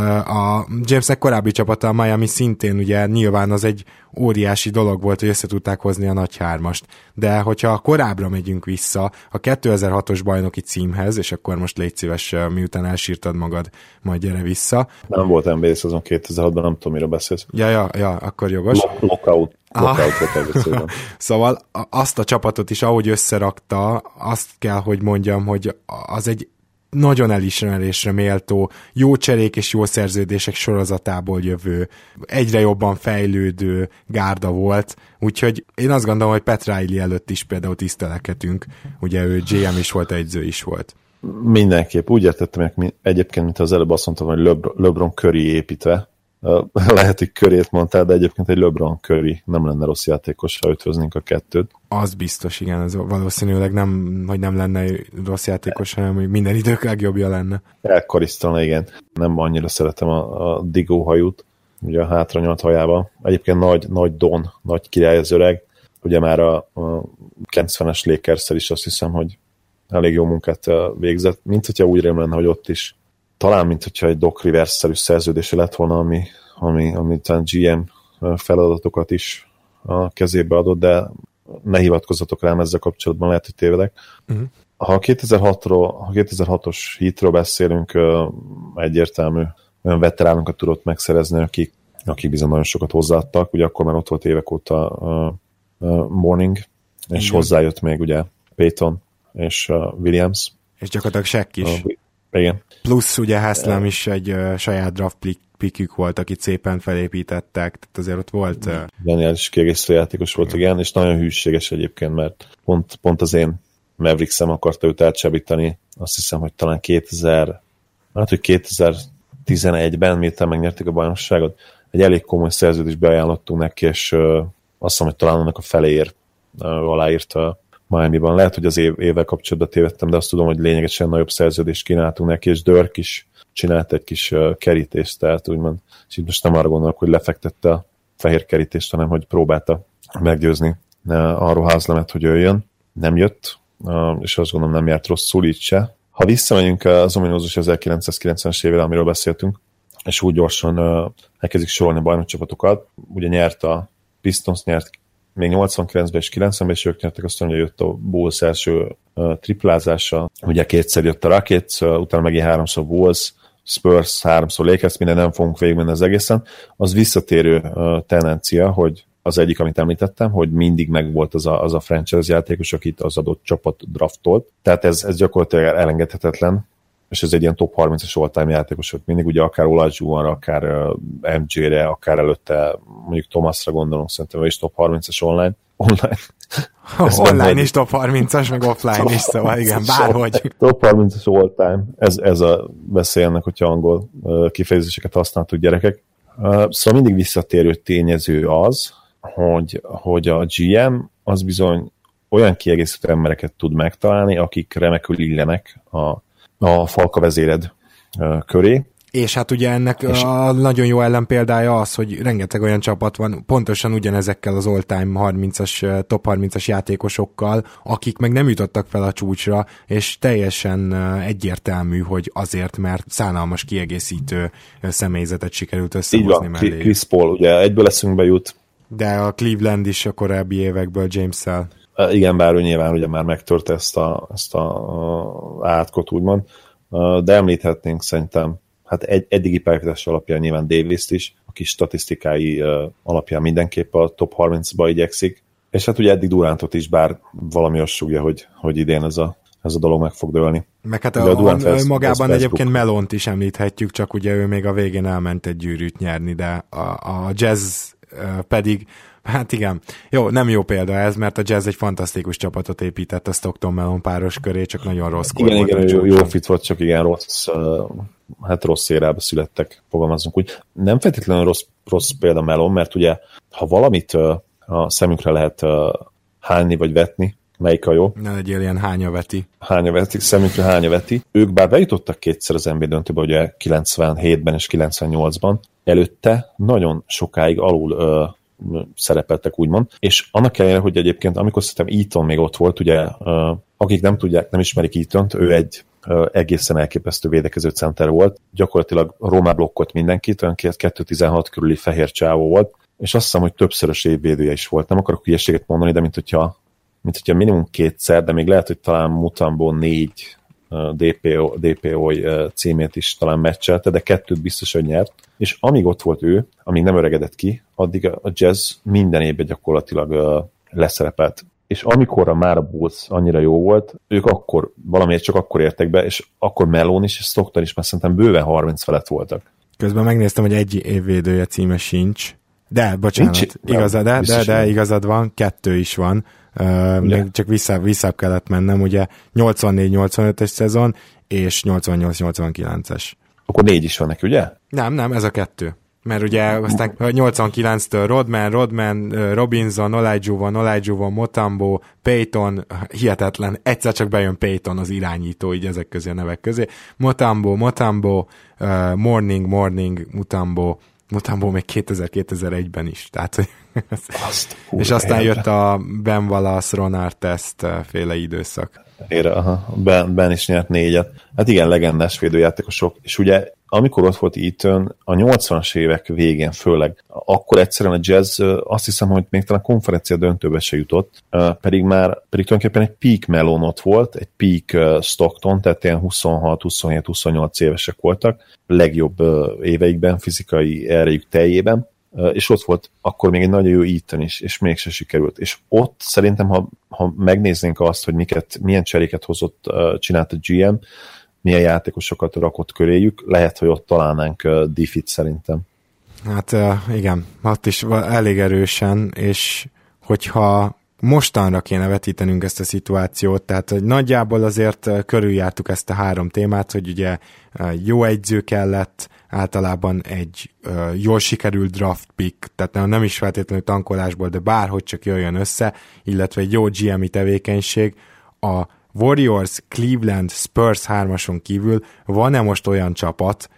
A Jamesnek korábbi csapata, a Miami szintén ugye nyilván az egy óriási dolog volt, hogy össze tudták hozni a nagy hármast. De hogyha korábbra megyünk vissza, a kétezer-hatos bajnoki címhez, és akkor most légy szíves, miután elsírtad magad, majd gyere vissza. Nem volt en bé á szezon kétezer-hatban, nem tudom, miről beszélsz. Ja, ja, ja, akkor jogos. Lockout. Lockout szóval azt a csapatot is, ahogy összerakta, azt kell, hogy mondjam, hogy az egy nagyon elismerésre méltó, jó cserék és jó szerződések sorozatából jövő, egyre jobban fejlődő gárda volt, úgyhogy én azt gondolom, hogy Pat Riley előtt is például tisztelekedünk, ugye ő gé em is volt, edző is volt. Mindenképp, úgy értettem, hogy egyébként, mint az előbb azt mondtam, hogy LeBron, LeBron Curry építve, lehet, hogy körét mondtál, de egyébként egy LeBron Curry nem lenne rossz játékos, ha ötvöznénk a kettőt. Az biztos, igen, ez valószínűleg nem, hogy nem lenne rossz játékos, hanem hogy minden idők legjobbja lenne. Elkarisztalna, igen. Nem annyira szeretem a, a Digó hajút, ugye a hátranyalt hajával. Egyébként nagy, nagy Don, nagy király az öreg, ugye már a, a kilencvenes Lakers-szel is azt hiszem, hogy elég jó munkát végzett, mint hogyha úgy remélem, hogy ott is talán, mint hogyha egy Doc Rivers-szerű szerződése lett volna, ami, ami, ami talán gé em feladatokat is a kezébe adott, de ne hivatkozzatok rám ezzel kapcsolatban, lehet, hogy tévedek. Uh-huh. Ha a kétezer-hatról, ha kétezer-hatos Heatről beszélünk, egyértelmű olyan veteránokat tudott megszerezni, akik, akik bizony nagyon sokat hozzáadtak. Ugye akkor már ott volt évek óta a, a Morning, és igen, hozzájött még ugye Payton és Williams. És gyakorlatilag Shaq is. A, igen. Plusz ugye Haslem is egy uh, saját draft pick, pikük volt, akit szépen felépítettek, tehát azért ott volt... Geniális kiegészítő játékos volt, igen, és nagyon hűséges egyébként, mert pont, pont az én Mavericks-em akarta őt elcsábítani, azt hiszem, hogy talán kétezer, hát, hogy kétezer-tizenegyben, miután megnyerték a bajnokságot, egy elég komoly szerződést beajánlottunk neki, és uh, azt hiszem, hogy talán annak a feléért uh, aláírt a Miami-ban. Lehet, hogy az év, évvel kapcsolatban tévedtem, de azt tudom, hogy lényegesen nagyobb szerződést kínáltunk neki, és Dirk is csinált egy kis uh, kerítést, tehát úgymond, és itt most nem arra gondolok, hogy lefektette a fehér kerítést, hanem hogy próbálta meggyőzni uh, arról Házlemet, hogy jöjjön. Nem jött, uh, és azt gondolom nem járt rosszul így se. Ha visszamegyünk az ominózus ezerkilencszázkilencvenes évére, amiről beszéltünk, és úgy gyorsan uh, elkezdik sorolni a bajnokcsapatokat. Ugye nyert a Pistons, nyert még nyolcvankilencben és kilencvenben, és ők nyertek, aztán ugye jött a Bulls első uh, triplázása, ugye kétszer jött a Rockets, uh, utána megint háromszor Bulls, Spurs, háromszor Lakers, minden nem fogunk végigmenni az egészen. Az visszatérő uh, tendencia, hogy az egyik, amit említettem, hogy mindig megvolt az a, az a franchise játékos, akit az adott csapat draftolt. Tehát ez, ez gyakorlatilag elengedhetetlen, és ez egy ilyen top harmincas all-time játékos volt mindig, ugye akár Olajuwonra, akár uh, em jé-re, akár előtte mondjuk Thomasra gondolunk, szerintem ő is top harmincas online. Online, online is top harmincas, meg offline is, szóval igen, bárhogy. Top harmincas all-time, ez, ez a beszélnek, hogyha angol uh, kifejezéseket használtuk gyerekek. Uh, szóval mindig visszatérő tényező az, hogy, hogy a gé em az bizony olyan kiegészítő embereket tud megtalálni, akik remekül illenek a a Falka vezéred uh, köré. És hát ugye ennek és a nagyon jó ellenpéldája az, hogy rengeteg olyan csapat van, pontosan ugyanezekkel az all-time harmincas, top harmincas játékosokkal, akik meg nem jutottak fel a csúcsra, és teljesen egyértelmű, hogy azért, mert szánalmas kiegészítő személyzetet sikerült összehozni mellé. Chris Paul, ugye egyből eszünkbe jut. De a Cleveland is a korábbi évekből James-szel. Igen, bár ő nyilván ugye már megtörte ezt a, ezt a, a átkot, úgymond, de említhetnénk szerintem, hát egy, eddigi pályafutás alapján nyilván Davis-t is, aki statisztikái alapján mindenképp a top harmincba igyekszik, és hát ugye eddig Durantot is, bár valami azt súgja, hogy, hogy idén ez a, ez a dolog meg fog dőlni. Meg hát a, a Durant a, ez, magában ez egyébként Melont is említhetjük, csak ugye ő még a végén elment egy gyűrűt nyerni, de a, a Jazz pedig hát igen, jó, nem jó példa ez, mert a Jazz egy fantasztikus csapatot épített a Stockton Melon páros köré, csak nagyon rossz kor igen, volt. Igen, jó, jó fit volt, csak igen, rossz, hát rossz érába születtek, fogalmazunk úgy. Nem feltétlenül rossz, rossz példa Melon, mert ugye, ha valamit a szemünkre lehet hányni vagy vetni, melyik a jó? Ne legyél ilyen hányaveti. Hányaveti, szemünkre hányaveti. Ők bár bejutottak kétszer az en bé döntőbe, ugye kilencvenhétben és kilencvennyolcban, előtte nagyon sokáig alul ö, szerepeltek, úgymond, és annak ellenére, hogy egyébként, amikor szerintem Eaton még ott volt, ugye, ö, akik nem tudják, nem ismerik Eatont, ő egy ö, egészen elképesztő védekező center volt, gyakorlatilag Rómá blokkolt mindenkit, olyan kettő tizenhat körüli fehér csávó volt, és azt hiszem, hogy többszörös évvédője is volt. Nem akarok hülyeséget mondani, de mint hogyha, mint hogyha minimum kétszer, de még lehet, hogy talán Mutombo négy dé pé o, dé pé o címét is talán meccselte, de kettőt biztos, hogy nyert. És amíg ott volt ő, amíg nem öregedett ki, addig a Jazz minden évben gyakorlatilag uh, leszerepelt. És amikor a már a Bulls annyira jó volt, ők akkor, valamiért csak akkor értek be, és akkor Melon is, és Stockton is, mert szerintem bőven harminc felett voltak. Közben megnéztem, hogy egy évvédője címe sincs. De, bocsánat, nincs, igazad, de, de, de igazad van, kettő is van. Uh, még csak vissza, visszább kellett mennem, ugye nyolcvannégy nyolcvanötös szezon, és nyolcvannyolc nyolcvankilences. Akkor négy is van neki, ugye? Nem, nem, ez a kettő. Mert ugye aztán nyolcvankilenctől Rodman, Rodman, Robinson, Olajuwon, Olajuwon, Mutombo, Payton, hihetetlen, egyszer csak bejön Payton az irányító, így ezek közé a nevek közé. Mutombo, Mutombo, uh, Morning, Morning, Mutombo, Mutombo még kétezer-kétezer-egyben is, tehát hogy Azt, és aztán jött a Ben Wallace, Ron Artest féle időszak. Ére, aha. Ben, Ben is nyert négyet. Hát igen, legendás védőjátékosok. És ugye, amikor ott volt Eaton, a nyolcvanas évek végén főleg, akkor egyszerűen a Jazz azt hiszem, hogy még talán konferencia döntőbe se jutott, pedig már, pedig tulajdonképpen egy peak Melon ott volt, egy peak Stockton, tehát ilyen huszonhat, huszonhét, huszonnyolc évesek voltak, legjobb éveikben, fizikai erejük teljében, és ott volt akkor még egy nagyon jó Eaton is, és mégse sikerült. És ott szerintem, ha, ha megnéznénk azt, hogy miket, milyen cseréket hozott, csinált a gé em, milyen játékosokat rakott köréjük, lehet, hogy ott találnánk uh, diffit szerintem. Hát uh, igen, ott is elég erősen, és hogyha mostanra kéne vetítenünk ezt a szituációt, tehát nagyjából azért körüljártuk ezt a három témát, hogy ugye jó egyző kellett, általában egy uh, jól sikerült draft pick, tehát nem, nem is feltétlenül tankolásból, de bárhogy csak jöjjön össze, illetve egy jó gé em i tevékenység. A Warriors, Cleveland, Spurs hármason kívül van-e most olyan csapat,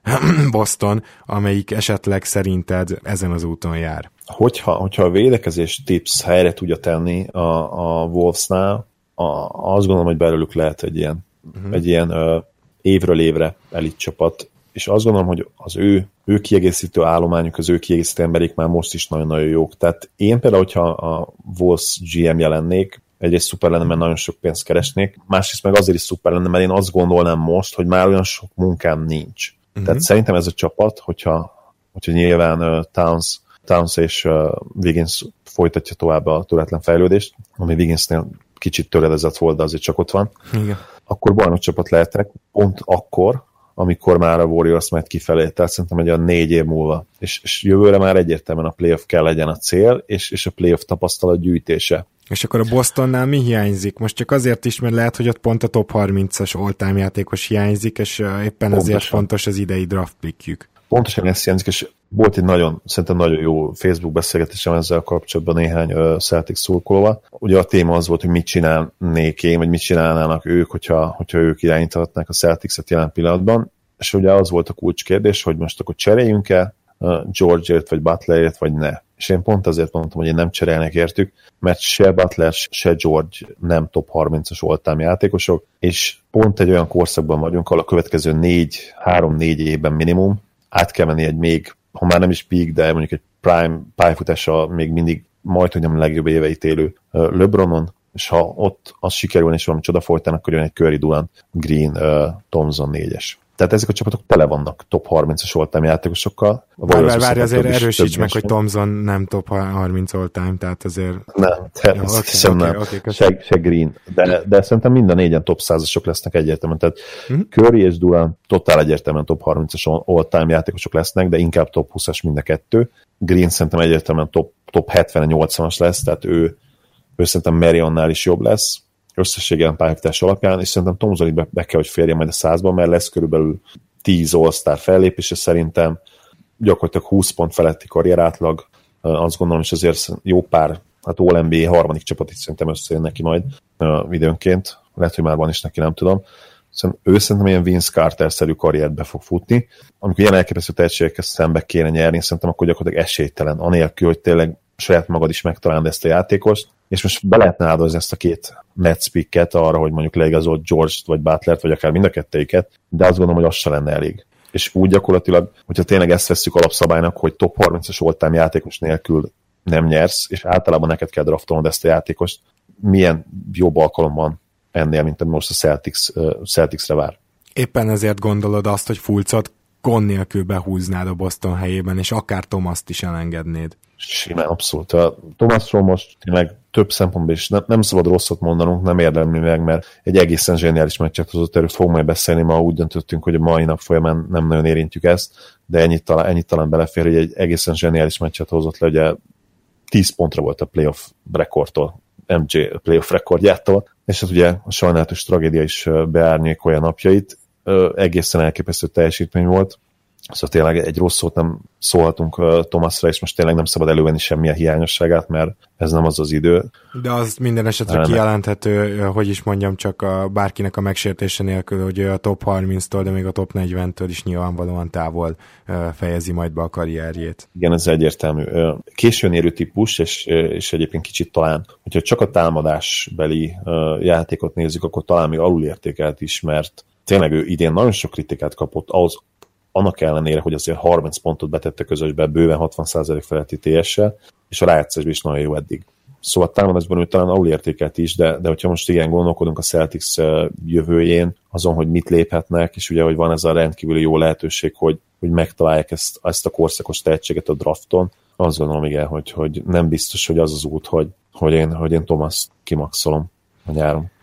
Boston, amelyik esetleg szerinted ezen az úton jár? Hogyha, hogyha a védekezés tips helyre tudja tenni a, a Wolvesnál, a, azt gondolom, hogy belőlük lehet egy ilyen, uh-huh. egy ilyen uh, évről évre elit csapat, és azt gondolom, hogy az ő, ő kiegészítő állományuk, az ő kiegészítő emberik már most is nagyon-nagyon jók. Tehát én például, hogyha a Wolves gé em jelennék, egyrészt szuper lenne, mert nagyon sok pénzt keresnék, másrészt meg azért is szuper lenne, mert én azt gondolnám most, hogy már olyan sok munkám nincs. Uh-huh. Tehát szerintem ez a csapat, hogyha, hogyha nyilván uh, Towns, Towns és uh, Wiggins folytatja tovább a töretlen fejlődést, ami Wigginsnél kicsit töredezett volt, de azért csak ott van, igen. Akkor bajnok csapat lehetnek, pont akkor, amikor már a Warriors megy kifelé, tehát szerintem egy olyan négy év múlva. És, és jövőre már egyértelműen a playoff kell legyen a cél, és, és a playoff tapasztalat gyűjtése. És akkor a Bostonnál mi hiányzik? Most csak azért is, mert lehet, hogy ott pont a top harmincas all-time játékos hiányzik, és éppen Pontosan. Ezért fontos az idei draft pickjük. Pontosan ezt hiányzik, és volt egy nagyon, szerintem nagyon jó Facebook beszélgetésem ezzel kapcsolatban néhány uh, Celtics szurkolóval. Ugye a téma az volt, hogy mit csinálnék én, vagy mit csinálnának ők, hogyha, hogyha ők irányíthatnák a Celticset jelen pillanatban. És ugye az volt a kulcskérdés, hogy most akkor cseréljünk-e uh, George-ért, vagy Butlerért, vagy ne. És én pont azért mondtam, hogy én nem cserélnek értük, mert se Butler, se George nem top harmincas all-time játékosok, és pont egy olyan korszakban vagyunk, ahol a következő négy, három-négy évben minimum át kell menni egy még, ha már nem is peak, de mondjuk egy prime pályafutása még mindig majd, hogy nem a legjobb éveit élő LeBronon, és ha ott az sikerül, és valami csoda folytán, akkor jön egy Curry, Durant, Green, uh, Thompson négyes. Tehát ezek a csapatok tele vannak top harmincas all-time játékosokkal. Várj, várj, azért erősíts meg, hogy Thompson nem top harminc all-time, tehát azért... Nem, természetesen ja, okay, nem. Okay, okay, se, se Green. De, de szerintem mind a négyen top százasok lesznek egyértelműen. Tehát uh-huh. Curry és Durant totál egyértelműen top harmincas all-time játékosok lesznek, de inkább top húszas mind a kettő. Green szerintem egyértelműen top, top hetven-nyolcvanas lesz, tehát ő, ő szerintem Marionnál is jobb lesz összességében pályafutás alapján, és szerintem Thompson be, be kell, hogy férjen majd a százban, mert lesz körülbelül tíz all-star fellépés, és szerintem gyakorlatilag húsz pont feletti karrierátlag, azt gondolom, és azért jó pár, hát all-en bé á harmadik csapat is szerintem összejön neki majd uh, időnként, lehet, hogy már van is neki, nem tudom. Szerintem ő szerintem ilyen Vince Carter-szerű karriert be fog futni. Amikor ilyen elképesztő tehetségekkel szembe kéne nyerni, szerintem akkor gyakorlatilag esélytelen, anélkül, hogy tényleg saját magad is megtaláld ezt a játékost, és most be lehetne áldozni ezt a két Nets picket arra, hogy mondjuk leigazolt George-t, vagy Butlert, vagy akár mind a kettőiket, de azt gondolom, hogy az se lenne elég. És úgy gyakorlatilag, hogyha tényleg ezt vesszük alapszabálynak, hogy top harmincas all-time játékos nélkül nem nyersz, és általában neked kell draftolnod ezt a játékost, milyen jobb alkalom van ennél, mint ami most a Celtics, uh, Celticsre vár. Éppen ezért gondolod azt, hogy Fulcot gond nélkül behúznád a Boston helyében, és akár Thomast is elengednéd. Simán, abszolút. A Thomasról most tényleg több szempontból is nem, nem szabad rosszat mondanunk, nem érdemli meg, mert egy egészen zseniális meccset hozott, erről fogunk majd beszélni, ma úgy döntöttünk, hogy a mai nap folyamán nem nagyon érintjük ezt, de ennyit talán, ennyit talán belefér, hogy egy egészen zseniális meccset hozott le, ugye tíz pontra volt a playoff rekordtól, em jé playoff rekordjától, és hát ugye a sajnálatos tragédia is beárnyékolja napjait, egészen elképesztő teljesítmény volt, szóval tényleg egy rossz szót nem szólhatunk uh, Thomasra, és most tényleg nem szabad elővenni semmilyen hiányosságát, mert ez nem az az idő. De az minden esetre kijelenthető, hogy is mondjam, csak a bárkinek a megsértése nélkül, hogy a top harminctól, de még a top negyventől is nyilvánvalóan távol uh, fejezi majd be a karrierjét. Igen, ez egyértelmű. Későn érő típus, és, és egyébként kicsit talán, hogyha csak a támadásbeli uh, játékot nézzük, akkor talán még alulértékelt is, mert tényleg ő idén nagyon sok kritikát kapott, ahhoz annak ellenére, hogy azért harminc pontot betette közösbe, bőven hatvan százalék feletti té es-sel, és a rájátszásban is nagyon jó eddig. Szóval támadásban ő talán alulértékelt is, de, de hogyha most igen gondolkodunk a Celtics jövőjén, azon, hogy mit léphetnek, és ugye, hogy van ez a rendkívüli jó lehetőség, hogy, hogy megtalálják ezt, ezt a korszakos tehetséget a drafton, azt gondolom igen, hogy, hogy nem biztos, hogy az az út, hogy, hogy én, hogy én Thomas kimaxolom a nyáron.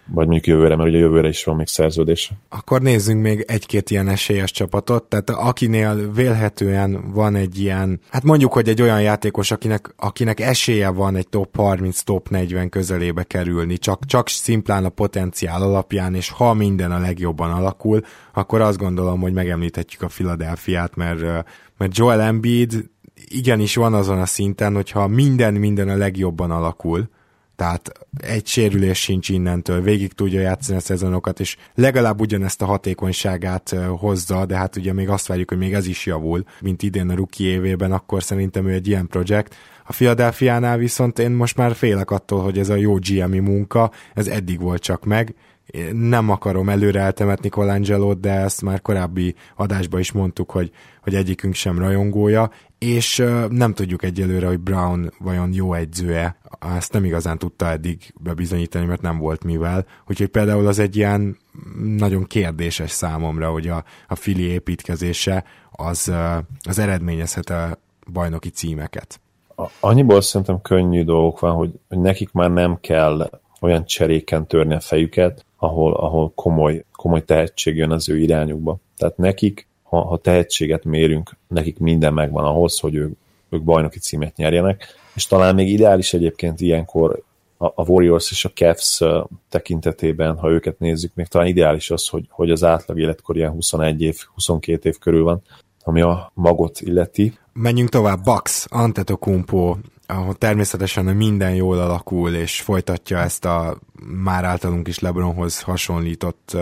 vagy mondjuk jövőre, mert ugye jövőre is van még szerződés. Akkor nézzünk még egy-két ilyen esélyes csapatot, tehát akinél vélhetően van egy ilyen, hát mondjuk, hogy egy olyan játékos, akinek, akinek esélye van egy top harminc, top negyven közelébe kerülni, csak, csak szimplán a potenciál alapján, és ha minden a legjobban alakul, akkor azt gondolom, hogy megemlíthetjük a Philadelphiát, mert, mert Joel Embiid igenis van azon a szinten, hogyha minden minden a legjobban alakul, tehát egy sérülés sincs innentől, végig tudja játszani a szezonokat, és legalább ugyanezt a hatékonyságát hozza, de hát ugye még azt várjuk, hogy még ez is javul, mint idén a rookie évében, akkor szerintem ő egy ilyen projekt. A Philadelphiánál viszont én most már félek attól, hogy ez a jó gé em i munka, ez eddig volt csak meg. Nem akarom előre eltemetni Colangelót, de ezt már korábbi adásban is mondtuk, hogy, hogy egyikünk sem rajongója, és nem tudjuk egyelőre, hogy Brown vajon jó edzője, ezt nem igazán tudta eddig bebizonyítani, mert nem volt mivel, úgyhogy például az egy ilyen nagyon kérdéses számomra, hogy a, a Philly építkezése az, az eredményezhet-e bajnoki címeket. Annyiból szerintem könnyű dolgok van, hogy, hogy nekik már nem kell olyan cseréken törni a fejüket, ahol, ahol komoly, komoly tehetség jön az ő irányukba. Tehát nekik, ha, ha tehetséget mérünk, nekik minden megvan ahhoz, hogy ők, ők bajnoki címet nyerjenek, és talán még ideális egyébként ilyenkor a, a Warriors és a Cavs tekintetében, ha őket nézzük, még talán ideális az, hogy, hogy az átlag életkor ilyen huszonegy év, huszonkét év körül van, ami a magot illeti. Menjünk tovább, Bucks, Antetokounmpo, ahol természetesen minden jól alakul, és folytatja ezt a már általunk is LeBronhoz hasonlított,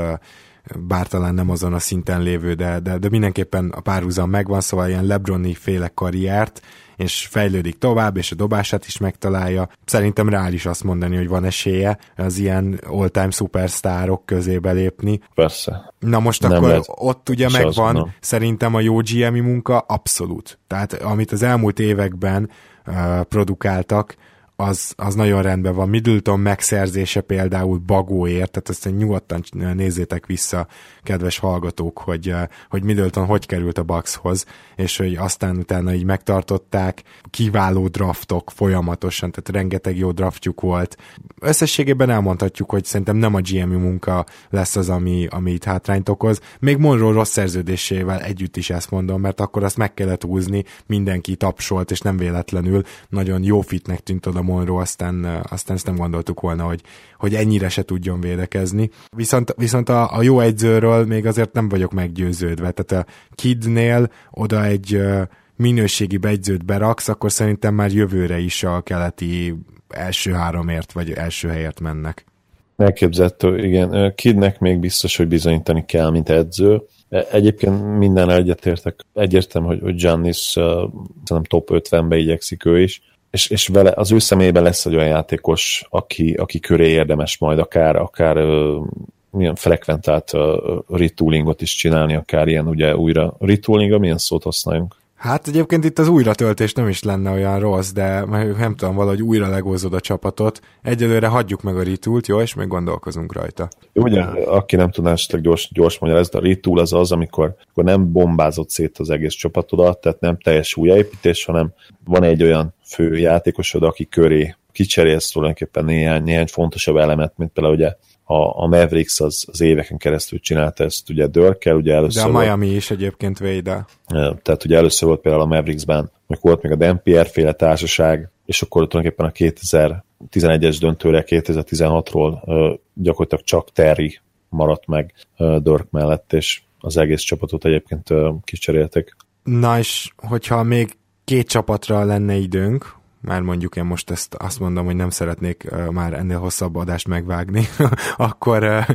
bár talán nem azon a szinten lévő, de, de, de mindenképpen a párhuzam megvan, szóval ilyen LeBroni féle karriert, és fejlődik tovább, és a dobását is megtalálja. Szerintem reális azt mondani, hogy van esélye az ilyen all-time szupersztárok közé belépni. Persze. Na most nem akkor lehet. Ott ugye megvan az, szerintem a jó gé em i munka abszolút. Tehát amit az elmúlt években uh, produkáltak, az, az nagyon rendben van. Middleton megszerzése például bagóért, tehát aztán nyugodtan nézzétek vissza, kedves hallgatók, hogy, hogy Middleton hogy került a Buckshoz, és hogy aztán utána így megtartották, kiváló draftok folyamatosan, tehát rengeteg jó draftjuk volt. Összességében elmondhatjuk, hogy szerintem nem a gé em i munka lesz az, ami, ami itt hátrányt okoz. Még Monroe rossz szerződésével együtt is ezt mondom, mert akkor azt meg kellett húzni, mindenki tapsolt, és nem véletlenül nagyon jó fitnek tűnt oda Monroe, aztán, aztán ezt nem gondoltuk volna, hogy, hogy ennyire se tudjon védekezni. Viszont, viszont a, a jó edzőről még azért nem vagyok meggyőződve. Tehát a Kidnél oda egy minőségi begyzőt beraksz, akkor szerintem már jövőre is a keleti első háromért, vagy első helyért mennek. Elképzelhető, igen. Kidnek még biztos, hogy bizonyítani kell, mint edző. Egyébként minden egyetértek. Egyértelmű, hogy, hogy Giannis szerintem top ötvenbe igyekszik ő is, és, és vele, az ő személyében lesz egy olyan játékos, aki, aki köré érdemes majd akár, akár uh, milyen frekventált uh, retoolingot is csinálni, akár ilyen ugye újra retoolinga, milyen szót használjunk? Hát egyébként itt az újratöltés nem is lenne olyan rossz, de nem tudom, valahogy újra legózod a csapatot. Egyelőre hagyjuk meg a retoolt, jó, és még gondolkozunk rajta. Jó, ugye, aki nem tudná esetleg gyors, gyors magyarázni, a retool az az, amikor, amikor nem bombázott szét az egész csapatodat, tehát nem teljes újjáépítés, hanem van egy olyan fő játékosod, aki köré kicserélsz tulajdonképpen néhány, néhány fontosabb elemet, mint például ugye a, a Mavericks az, az éveken keresztül csinálta ezt ugye Dirkkel, ugye először de a Miami volt, is egyébként Wade-el. Tehát ugye először volt például a Mavericksben, amikor volt még a Dan Pierre féle társaság, és akkor tulajdonképpen a kétezer-tizenegyes döntőre, kétezer-tizenhatról gyakorlatilag csak Terry maradt meg Dirk mellett, és az egész csapatot egyébként kicseréltek. Na és hogyha még két csapatra lenne időnk, már mondjuk én most ezt azt mondom, hogy nem szeretnék uh, már ennél hosszabb adást megvágni, akkor, uh,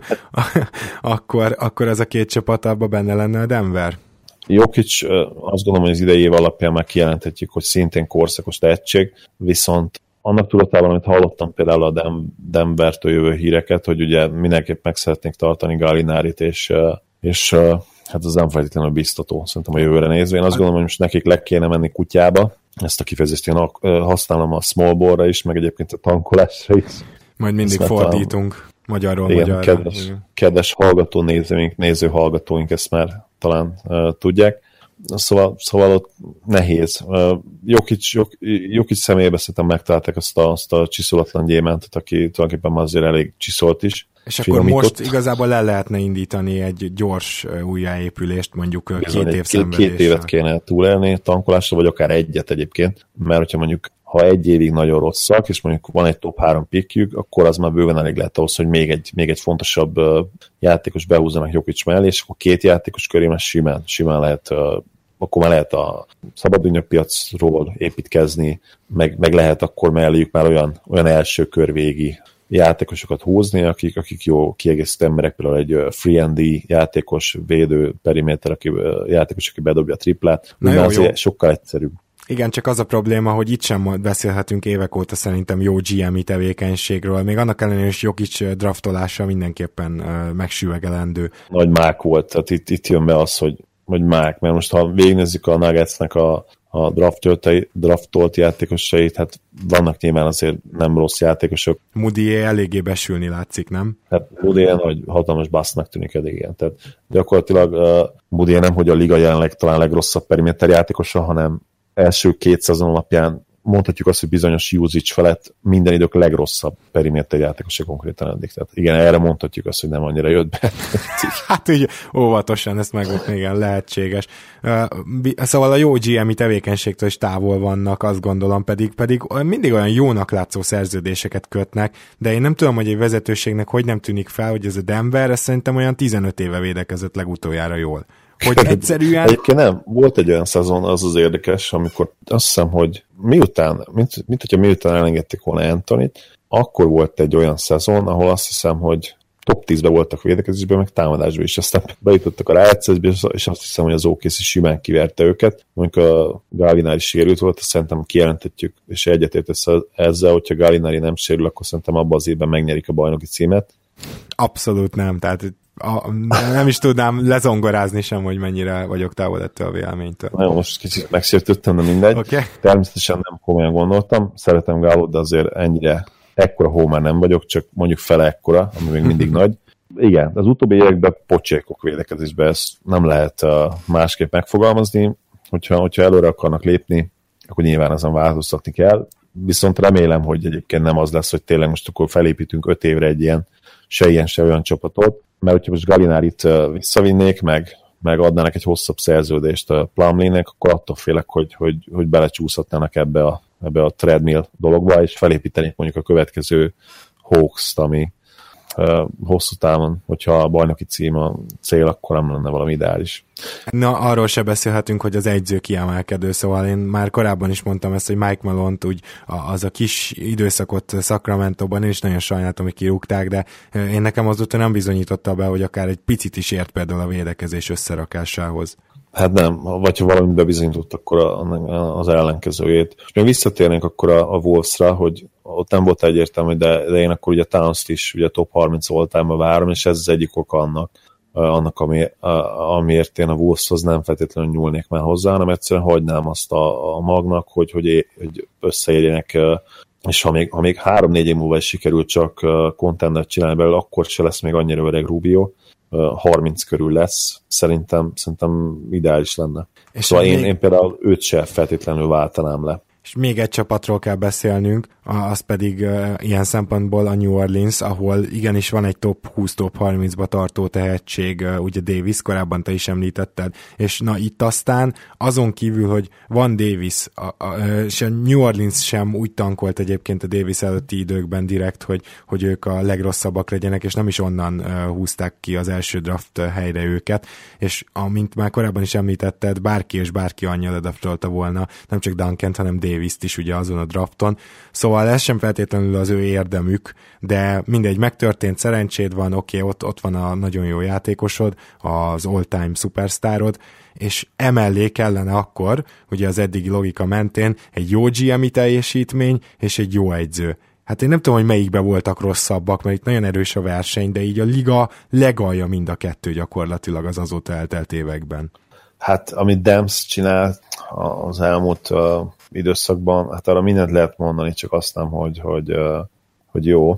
akkor, akkor ez a két csapat abban benne lenne a Denver. Jokic, uh, azt gondolom, hogy az idei év alapján már kijelenthetjük, hogy szintén korszakos tehetség, viszont annak tudatában, amit hallottam például a Dem- Denvertől jövő híreket, hogy ugye mindenképp meg szeretnék tartani Gallinárit, és, uh, és uh, hát az nem feltétlenül biztató, szerintem a jövőre nézve. Én azt gondolom, hogy most nekik le kéne menni kutyába, ezt a kifejezést én használom a small ball-ra is, meg egyébként a tankolásra is. Majd mindig ezt fordítunk talán, magyarról igen, magyarra. Kedves, igen. kedves hallgató nézőink, néző hallgatóink ezt már talán uh, tudják. Szóval, szóval ott nehéz. Uh, Jokic, Jok, Jokic személyében szerintem megtalálták azt a, azt a csiszolatlan gyémántot, aki tulajdonképpen már azért elég csiszolt is. És akkor most igazából le lehetne indítani egy gyors újjáépülést, mondjuk Bizony, két év szenvedéssel. Két évet kéne túlélni tankolásra, vagy akár egyet egyébként, mert hogyha mondjuk ha egy évig nagyon rosszak, és mondjuk van egy top három pickjük, akkor az már bőven elég lehet ahhoz, hogy még egy, még egy fontosabb játékos behúzzanak Jokic mellé, és akkor két játékos köré már simán, simán lehet, akkor már lehet a szabadügynök piacról építkezni, meg, meg lehet akkor melléjük már olyan, olyan első körvégi játékosokat húzni, akik, akik jó kiegészítő emberek, például egy free and D játékos, védő, periméter, aki, játékos, aki bedobja a triplát, minden azért sokkal egyszerűbb. Igen, csak az a probléma, hogy itt sem beszélhetünk évek óta szerintem jó gé em i tevékenységről, még annak ellenére is Jokic draftolása mindenképpen uh, megsüvegelendő. Nagy mák volt, tehát itt, itt jön be az, hogy, hogy mák, mert most ha végignézzük a Nuggetsnek a, a draftolt játékosait, hát vannak nyilván azért nem rossz játékosok. Moody eléggé besülni látszik, nem? Hát Moody nagy hatalmas bassznak tűnik eddig, igen. Tehát gyakorlatilag uh, Moody nem, hogy a liga jelenleg talán legrosszabb periméter játékosa, hanem első két szezon alapján mondhatjuk azt, hogy bizonyos usage felett minden idők legrosszabb periméter játékosa konkrétan eddig. Tehát igen, erre mondhatjuk azt, hogy nem annyira jött be. Hát úgy óvatosan, ezt meg igen, lehetséges. Szóval a jó gé em i tevékenységtől is távol vannak, azt gondolom, pedig, pedig mindig olyan jónak látszó szerződéseket kötnek, de én nem tudom, hogy egy vezetőségnek hogy nem tűnik fel, hogy ez a Denver, ez szerintem olyan tizenöt éve védekezett legutoljára jól. Hogy egyszerűen... Egyébként nem, volt egy olyan szezon, az az érdekes, amikor azt hiszem, hogy miután, mint, mint hogyha miután elengedték volna Anthonyt, akkor volt egy olyan szezon, ahol azt hiszem, hogy top tízbe voltak védekezésben, meg támadásban is, aztán bejutottak a rájátszásba, és azt hiszem, hogy az o ká cé simán kiverte őket. Mondjuk a Gallinari sérült volt, azt szerintem kijelentetjük, és egyetértesz ezzel, hogyha Gallinari nem sérül, akkor szerintem abban az évben megnyerik a bajnoki címet. Abszolút nem, tehát a, nem is tudnám lezongorázni sem, hogy mennyire vagyok távol ettől a véleménytől. Na jó, most kicsit megsértődtem, de mindegy. Okay. Természetesen nem komolyan gondoltam, szeretem Gálot, de azért ennyire ekkora homer nem vagyok, csak mondjuk fele ekkora, ami még mindig nagy. Igen, az utóbbi években pocsékok védekezésben ezt nem lehet másképp megfogalmazni, hogyha, hogyha előre akarnak lépni, akkor nyilván ezen változtatni kell, viszont remélem, hogy egyébként nem az lesz, hogy tényleg most akkor felépítünk öt évre egy ilyen se ilyen, se olyan csapatot, mert hogyha most Gallinárit visszavinnék, meg, meg adnának egy hosszabb szerződést a Plumlee-nek, akkor attól félek, hogy, hogy, hogy belecsúszhatnának ebbe a, ebbe a treadmill dologba, és felépítenék mondjuk a következő Hawks-t, ami uh, hosszú távon, hogyha a bajnoki cím a cél, akkor nem lenne valami ideális. Na, arról se beszélhetünk, hogy az egyző kiemelkedő, szóval én már korábban is mondtam ezt, hogy Mike Malone-t úgy az a kis időszakot Sacramento-ban én is nagyon sajnáltam, hogy kirúgták, de én nekem azóta nem bizonyította be, hogy akár egy picit is ért például a védekezés összerakásához. Hát nem, vagy ha valamit bebizonyított, akkor az ellenkezőjét. És még visszatérnénk akkor a, a Wolves-ra, hogy ott nem volt egyértelmű, de, de én akkor ugye Towns-t is ugye top harminc oltárba várom, és ez az egyik oka annak, annak ami, amiért én a Wolveshoz nem feltétlenül nyúlnék már hozzá, hanem egyszerűen hagynám azt a, a magnak, hogy, hogy, hogy összeérjenek, és ha még, ha még három-négy év múlva is sikerül csak contendert csinálni belőle, akkor se lesz még annyira öreg Rubio, harminc körül lesz, szerintem, szerintem ideális lenne. És szóval én, még... én például őt se feltétlenül váltanám le. És még egy csapatról kell beszélnünk, az pedig uh, ilyen szempontból a New Orleans, ahol igenis van egy top húsz, top harmincba tartó tehetség, uh, ugye Davis, korábban te is említetted, és na itt aztán azon kívül, hogy van Davis, a, a, a, és a New Orleans sem úgy tankolt egyébként a Davis előtti időkben direkt, hogy, hogy ők a legrosszabbak legyenek, és nem is onnan uh, húzták ki az első draft helyre őket, és amint már korábban is említetted, bárki és bárki annyi ledraftolta volna, nem csak Duncant, hanem Davis-t is ugye azon a drafton, szóval ez sem feltétlenül az ő érdemük, de mindegy, megtörtént, szerencséd van, oké, okay, ott, ott van a nagyon jó játékosod, az all-time szupersztárod, és emellé kellene akkor, ugye az eddigi logika mentén, egy jó gé em i teljesítmény és egy jó egyző. Hát én nem tudom, hogy melyikben voltak rosszabbak, mert itt nagyon erős a verseny, de így a liga legalja mind a kettő gyakorlatilag az azóta eltelt években. Hát, amit Dems csinált az elmúlt uh, időszakban, hát arra mindent lehet mondani, csak azt nem, hogy, hogy, uh, hogy jó.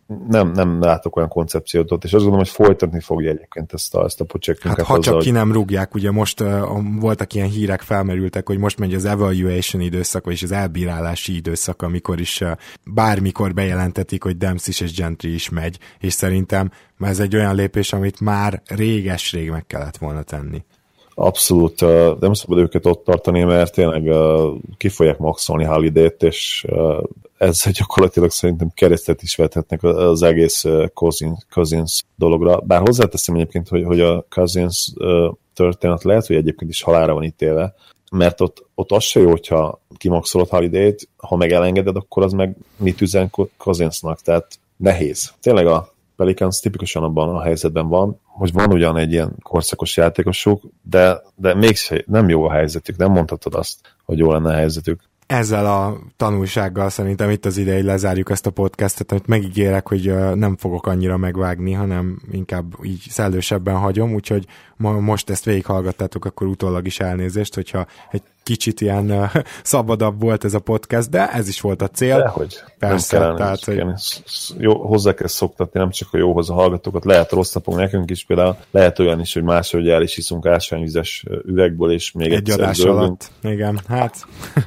nem, nem látok olyan koncepciót ott, és azt gondolom, hogy folytatni fogja egyébként ezt a, ezt a projektünket. Hát ha csak hogy... ki nem rúgják, ugye most uh, voltak ilyen hírek, felmerültek, hogy most megy az evaluation időszak, vagyis az elbírálási időszak, amikor is uh, bármikor bejelentetik, hogy Dempsey és Gentry is megy, és szerintem ez egy olyan lépés, amit már réges-rég meg kellett volna tenni. Abszolút, uh, nem szabad őket ott tartani, mert tényleg uh, ki fogják maxolni Holiday-t, és uh, ezzel gyakorlatilag szerintem keresztet is vethetnek az egész Cousins, Cousins dologra. Bár hozzáteszem egyébként, hogy, hogy a Cousins történet lehet, hogy egyébként is halálra van ítélve, mert ott, ott az se jó, hogyha kimaxolod Holiday-t, ha meg elengeded, akkor az meg mit üzen Cousinsnak, tehát nehéz. Tényleg a Pelicans tipikusan abban a helyzetben van, hogy van ugyan egy ilyen korszakos játékosuk, de, de mégse nem jó a helyzetük, nem mondhatod azt, hogy jó lenne a helyzetük. Ezzel a tanulsággal szerintem itt az ideje, hogy lezárjuk ezt a podcastet, amit megígérek, hogy nem fogok annyira megvágni, hanem inkább így szellősebben hagyom, úgyhogy ma, most ezt végighallgattátok, akkor utólag is elnézést, hogyha egy kicsit ilyen uh, szabadabb volt ez a podcast, de ez is volt a cél. Dehogy. Persze, nem kell tehát, hogy... jó, hozzá kell szoktatni, nem csak a jóhoz a hallgatókat, lehet rossz napok nekünk is, például lehet olyan is, hogy máshogy el is iszunk ásványvizes üvegből, és még egy adás alatt. Igen, hát...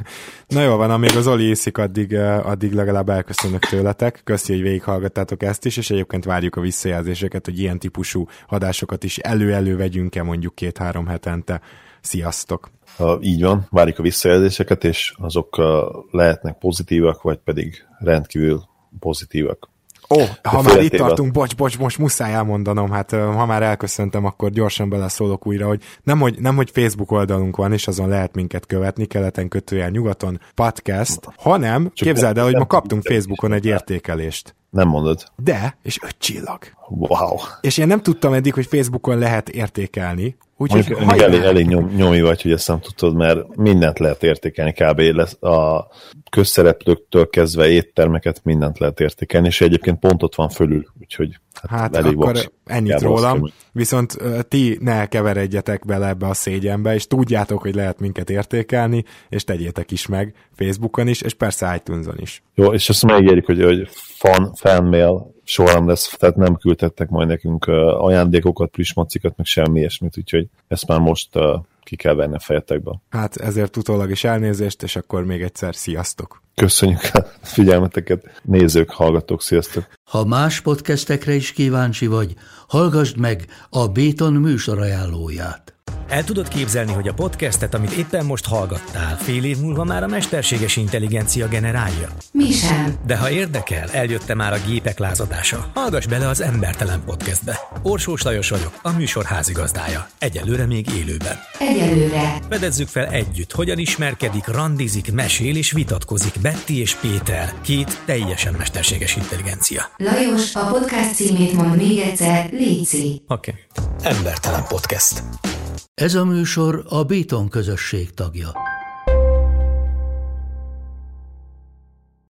Na jó van, amíg az Oli iszik, addig, addig legalább elköszönök tőletek. Köszi, hogy végighallgattátok ezt is, és egyébként várjuk a visszajelzéseket, hogy ilyen típusú adásokat is elő-elő vegyünk-e mondjuk két-három hetente. Sziasztok! Ha így van, várjuk a visszajelzéseket, és azok lehetnek pozitívak, vagy pedig rendkívül pozitívak. Ó, oh, ha már itt tartunk, bocs, bocs, most muszáj elmondanom, hát ha már elköszöntem, akkor gyorsan beleszólok újra, hogy nem, hogy nem, hogy Facebook oldalunk van, és azon lehet minket követni, keleten kötőjel nyugaton podcast, hanem csak képzeld el, hogy ma kaptunk Facebookon egy értékelést. Nem mondod. De, és öt csillag. Wow. És én nem tudtam eddig, hogy Facebookon lehet értékelni. Úgyhogy elég, elég nyom, nyomi vagy, hogy ezt nem tudtad, mert mindent lehet értékelni, kb. Lesz a közszereplőktől kezdve éttermeket, mindent lehet értékelni, és egyébként pont ott van fölül, úgyhogy hát, hát elég akkor box. Ennyit Gábor rólam, azt, viszont ti ne keveredjetek bele ebbe a szégyenbe, és tudjátok, hogy lehet minket értékelni, és tegyétek is meg Facebookon is, és persze iTunes-on is. Jó, és azt megígérjük, hogy, hogy fan, fanmail soha nem lesz, tehát nem küldtettek majd nekünk ajándékokat, plüsmacikat, meg semmi ilyesmit, úgyhogy ezt már most uh, ki kell venni a fejetekbe. Hát ezért utólag is elnézést, és akkor még egyszer sziasztok! Köszönjük a figyelmeteket, nézők, hallgatók, sziasztok! Ha más podcastekre is kíváncsi vagy, hallgassd meg a Béton műsor ajánlóját. El tudod képzelni, hogy a podcastet, amit éppen most hallgattál, fél év múlva már a mesterséges intelligencia generálja? Mi sem. De ha érdekel, eljött már a gépek lázadása. Hallgass bele az Embertelen Podcastbe. Orsós Lajos vagyok, a műsor házigazdája. Egyelőre még élőben. Egyelőre. Fedezzük fel együtt, hogyan ismerkedik, randizik, mesél és vitatkozik Betty és Péter, két teljesen mesterséges intelligencia. Lajos, a podcast címét mond még egyszer, léci. Oké. Okay. Embertelen Podcast. Ez a műsor a Béton közösség tagja.